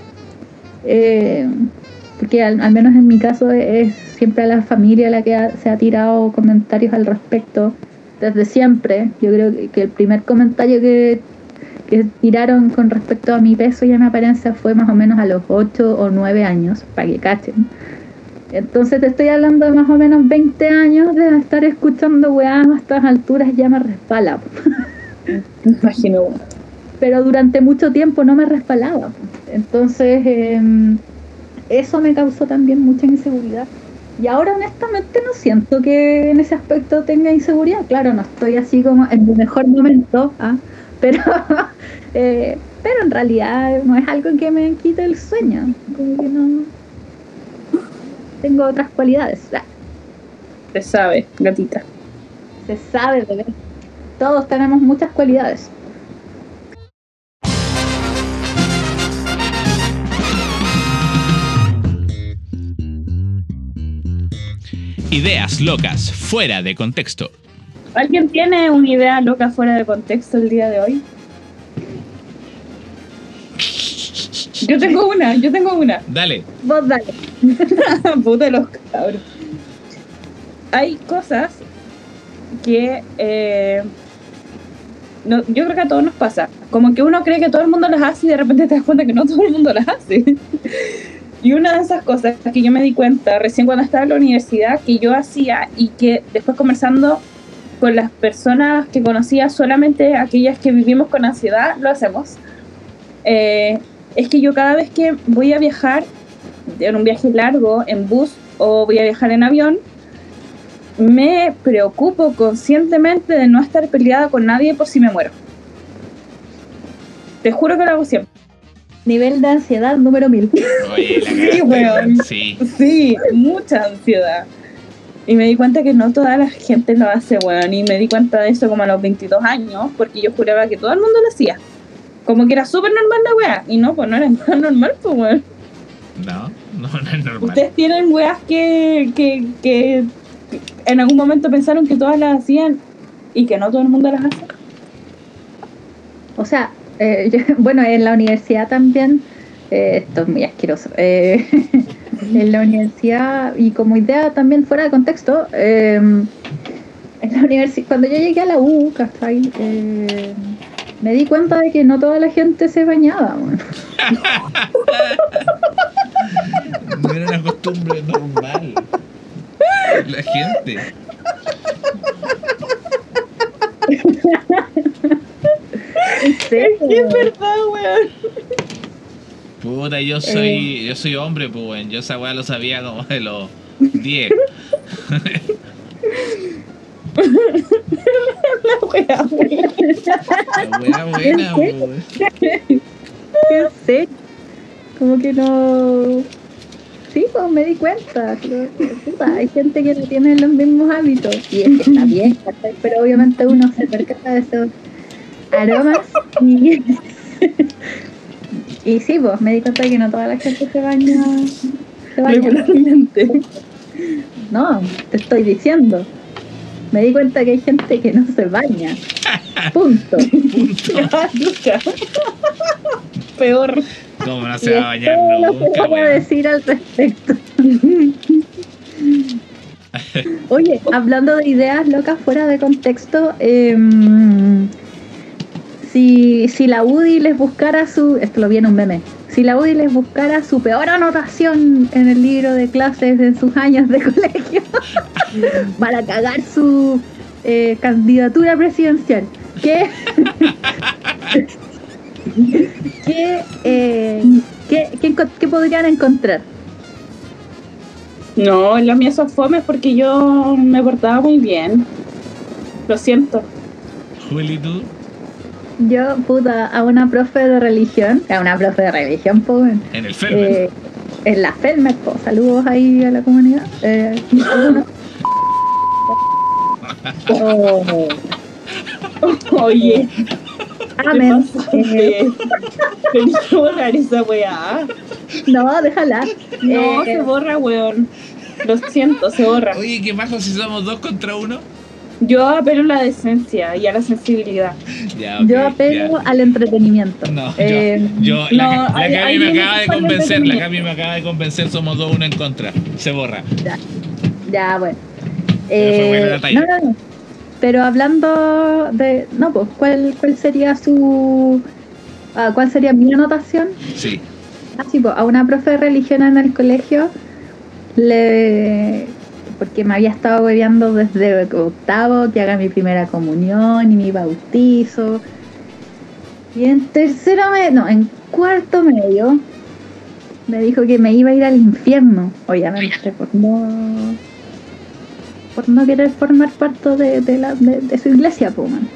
porque al menos en mi caso es siempre a la familia la que se ha tirado comentarios al respecto desde siempre. Yo creo que el primer comentario que tiraron con respecto a mi peso y a mi apariencia fue más o menos a los 8 o 9 años, para que cachen. Entonces te estoy hablando de más o menos 20 años de estar escuchando weá a estas alturas, ya me resbala. Imagino. Pero durante mucho tiempo no me resbalaba. Entonces eso me causó también mucha inseguridad. Y ahora honestamente no siento que en ese aspecto tenga inseguridad. Claro, no estoy así como en mi mejor momento, pero en realidad no es algo que me quite el sueño. Como que no... Tengo otras cualidades. Se sabe, gatita. Se sabe, bebé. Todos tenemos muchas cualidades. Ideas locas, fuera de contexto. ¿Alguien tiene una idea loca fuera de contexto el día de hoy? Yo tengo una. Dale. Vos dale. Puta los cabros. Hay cosas que yo creo que a todos nos pasa. Como que uno cree que todo el mundo las hace y de repente te das cuenta que no todo el mundo las hace. Y una de esas cosas que yo me di cuenta recién cuando estaba en la universidad que yo hacía y que después conversando con las personas que conocía, solamente aquellas que vivimos con ansiedad, lo hacemos. Es que yo cada vez que voy a viajar en un viaje largo, en bus, o voy a viajar en avión, me preocupo conscientemente de no estar peleada con nadie por si me muero. Te juro que lo hago siempre. Nivel de ansiedad número 1000. Oye, la Sí, cagaste, weón. Sí. Sí, mucha ansiedad. Y me di cuenta que no toda la gente lo hace, weón. Y me di cuenta de eso como a los 22 años, porque yo juraba que todo el mundo lo hacía. Como que era súper normal la weá. Y no, pues no era tan normal, pues weón. No es normal. Ustedes tienen weas que en algún momento pensaron que todas las hacían y que no todo el mundo las hace. O sea, bueno, en la universidad también, esto es muy asqueroso, en la universidad, y como idea también fuera de contexto, en la universidad, cuando yo llegué a la U, ¿cachai? Me di cuenta de que no toda la gente se bañaba, bueno. No era una costumbre normal. La gente. ¿En serio? Es verdad, weón. Puta, yo soy hombre, pues, weón. Yo esa weá lo sabía como de los 10. La wea, weón. La weá buena, weón. ¿En serio? Como que no... Sí, pues me di cuenta. Puta, hay gente que no tiene los mismos hábitos. Y es que está bien, ¿cachai? Pero obviamente uno se percata de esos aromas y... Y sí, pues me di cuenta de que no toda la gente se baña. Regularmente. No, te estoy diciendo. Me di cuenta que hay gente que no se baña. Punto. Nunca. Peor. ¿Cómo no Y se va a bañar es todo lo que nunca, voy a weón? decir al respecto. Oye, hablando de ideas locas fuera de contexto, si la UDI les buscara esto lo vi en un meme, si la UDI les buscara su peor anotación en el libro de clases en sus años de colegio para cagar su candidatura presidencial, ¿qué podrían encontrar? No, las mías son fomes porque yo me portaba muy bien. Lo siento. Juli, ¿tú? Yo, puta, a una profe de religión, pues, En el Ferber. en la Felmer, pues, saludos ahí a la comunidad. Algunos- Oh, Oye, amén. tenés que borrar esa weá. No, déjala. No, se borra, weón. Lo siento, se borra. Oye, ¿qué pasa si somos 2 contra 1? Yo apelo a la decencia y a la sensibilidad. Ya, ok, Yo apelo ya. al entretenimiento. No, No, la hay- Cami hay me límites acaba de para el convencer, entretenimiento. somos 2-1 en contra. Se borra. ya, bueno. Pero fue buena la talla. No. Pero hablando de... No, pues, ¿cuál sería ¿cuál sería mi anotación? Sí. Así, pues, a una profe de religión en el colegio, porque me había estado hueveando desde octavo, que haga mi primera comunión y mi bautizo. Y en en cuarto medio, me dijo que me iba a ir al infierno, obviamente, por no querer formar parte de su iglesia, pues, man.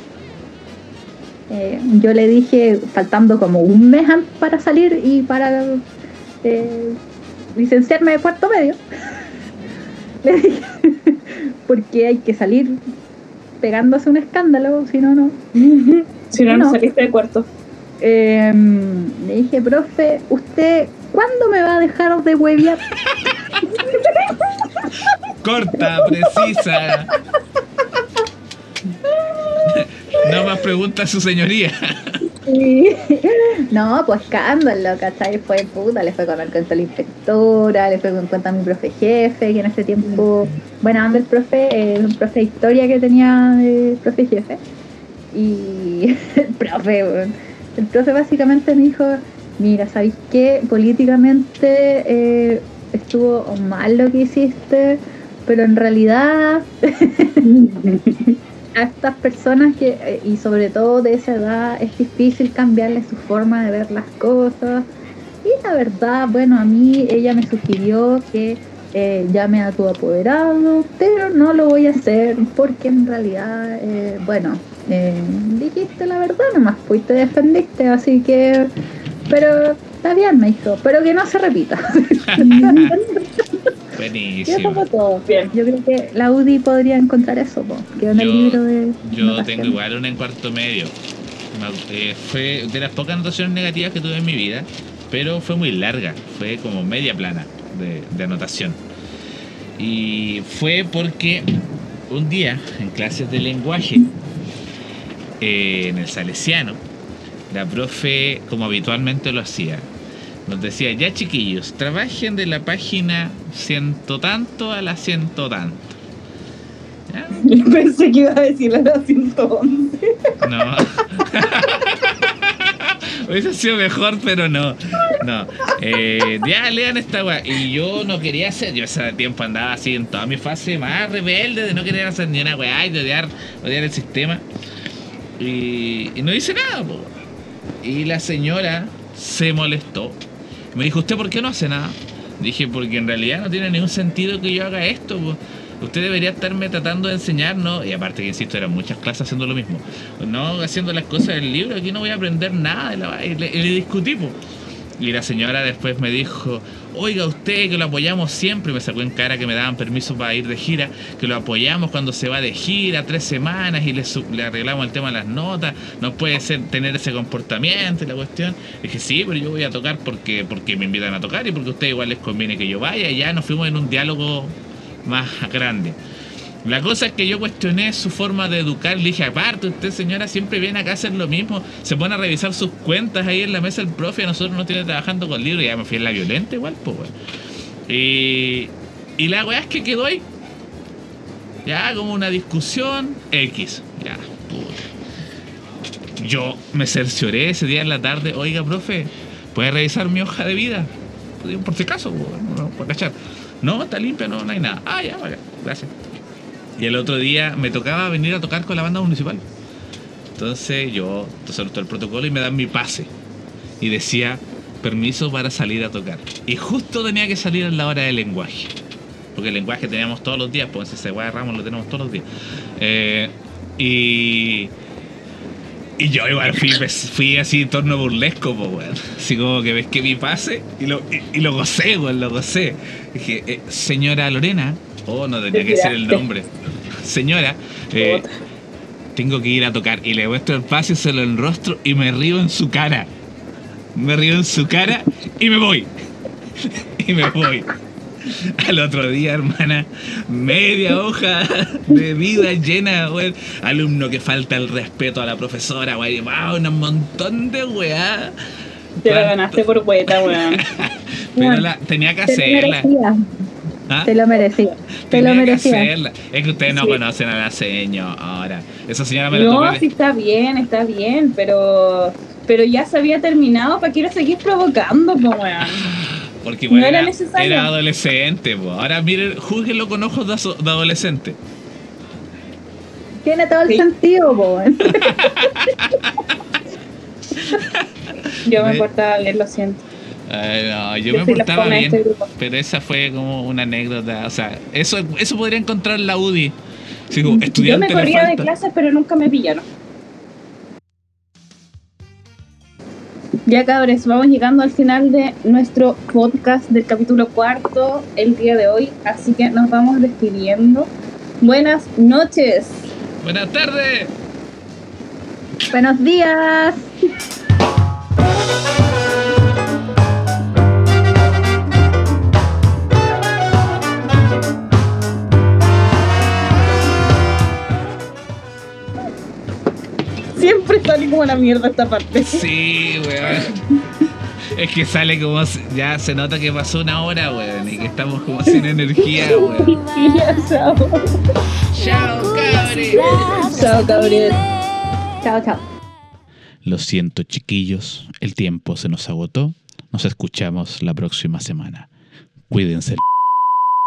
Yo le dije, faltando como un mes para salir y para licenciarme de cuarto medio, le dije, porque hay que salir pegándose un escándalo, si no. Si no saliste de cuarto. Le dije, profe, ¿usted cuándo me va a dejar de huevear? Corta, precisa. No más preguntas, su señoría. Sí. No, pues escándalo, ¿cachai? Fue puta, le fue con el cuento a la inspectora, le fue con cuenta a mi profe jefe, que en ese tiempo, buena onda el profe, un profe de historia que tenía de profe jefe. Y el profe básicamente me dijo, mira, ¿sabéis qué? Políticamente estuvo mal lo que hiciste, pero en realidad a estas personas que, y sobre todo de esa edad, es difícil cambiarles su forma de ver las cosas. Y la verdad, bueno, a mí ella me sugirió que llame a tu apoderado, pero no lo voy a hacer porque en realidad, dijiste la verdad nomás, pues te defendiste, así que... Pero está bien, me dijo, pero que no se repita. Buenísimo. Yo pongo todo. Bien. Yo creo que la UDI podría encontrar eso, po, que en el libro de... Yo tengo igual una en cuarto medio. Fue de las pocas anotaciones negativas que tuve en mi vida, pero fue muy larga, fue como media plana de anotación. Y fue porque un día en clases de lenguaje en el Salesiano, la profe, como habitualmente lo hacía, nos decía: ya chiquillos, trabajen de la página ciento tanto a la ciento tanto. ¿Ya? Pensé que iba a decir a la 111. No. Hubiese sido mejor, pero no. Ya lean esta weá. Y yo no quería hacer. Yo ese tiempo andaba así en toda mi fase más rebelde de no querer hacer ni una weá y de odiar el sistema. Y no hice nada, po. Y la señora se molestó. Me dijo: ¿usted por qué no hace nada? Dije: porque en realidad no tiene ningún sentido que yo haga esto, po. Usted debería estarme tratando de enseñar, ¿no? Y aparte que, insisto, eran muchas clases haciendo lo mismo. No haciendo las cosas del libro, aquí no voy a aprender nada. Y le discutí, po. Y la señora después me dijo: oiga, usted, que lo apoyamos siempre. Me sacó en cara que me daban permiso para ir de gira, que lo apoyamos cuando se va de gira 3 semanas y le arreglamos el tema de las notas. No puede ser tener ese comportamiento y la cuestión. Dije: sí, pero yo voy a tocar porque me invitan a tocar y porque a ustedes igual les conviene que yo vaya. Y ya nos fuimos en un diálogo más grande. La cosa es que yo cuestioné su forma de educar. Le dije: aparte, usted, señora, siempre viene acá a hacer lo mismo, se pone a revisar sus cuentas ahí en la mesa del profe, a nosotros nos tiene trabajando con libros. Y ya me fui en la violenta igual, pues, weón. Y la weá es que quedó ahí, ya como una discusión X. Ya, puta. Yo me cercioré ese día en la tarde: oiga, profe, ¿puede revisar mi hoja de vida? Por si acaso, no, por cachar. No, está limpia, no hay nada. Ah, ya, vale, gracias. Y el otro día me tocaba venir a tocar con la banda municipal. Entonces yo salto el protocolo y me dan mi pase. Y decía: permiso para salir a tocar. Y justo tenía que salir a la hora del lenguaje. Porque el lenguaje teníamos todos los días, pues ese guay de Ramos lo tenemos todos los días. Y yo igual fui así en torno burlesco, pues, weón. Así como que ves que mi pase y lo gocé, weón, lo gocé. Dije: señora Lorena, no tenía que ser el nombre. Señora, tengo que ir a tocar. Y le muestro el pase, se lo enrostro y me río en su cara. Me río en su cara y me voy. Al otro día, hermana, media hoja de vida llena, weón. Alumno que falta el respeto a la profesora, weón. Wow, un montón de weá. Te la ganaste por hueta, weón. Pero tenía que hacerla. ¿Ah? Te lo merecía. Hacerla. Es que ustedes no conocen a la señora. Esa señora me la tocó. No, sí está bien, pero ya se había terminado. ¿Para qué ir a seguir provocando, pues, weón? Porque bueno, no era adolescente, po. Ahora miren, júguenlo con ojos de adolescente. Tiene todo el sentido, po. Yo me portaba bien, lo siento. No, yo me portaba bien, pero esa fue como una anécdota. O sea, eso podría encontrar la UDI. Sí, como estudiante. Yo me corría de clases, pero nunca me pillaron. Ya, cabres, vamos llegando al final de nuestro podcast del capítulo 4 el día de hoy, así que nos vamos despidiendo. Buenas noches. Buenas tardes. Buenos días. Siempre sale como la mierda esta parte. Sí, weón. Es que sale como... Ya se nota que pasó una hora, weón. Y que estamos como sin energía, weón. Chao. Chao, cabres. Chao, cabres. Chao. Lo siento, chiquillos. El tiempo se nos agotó. Nos escuchamos la próxima semana. Cuídense.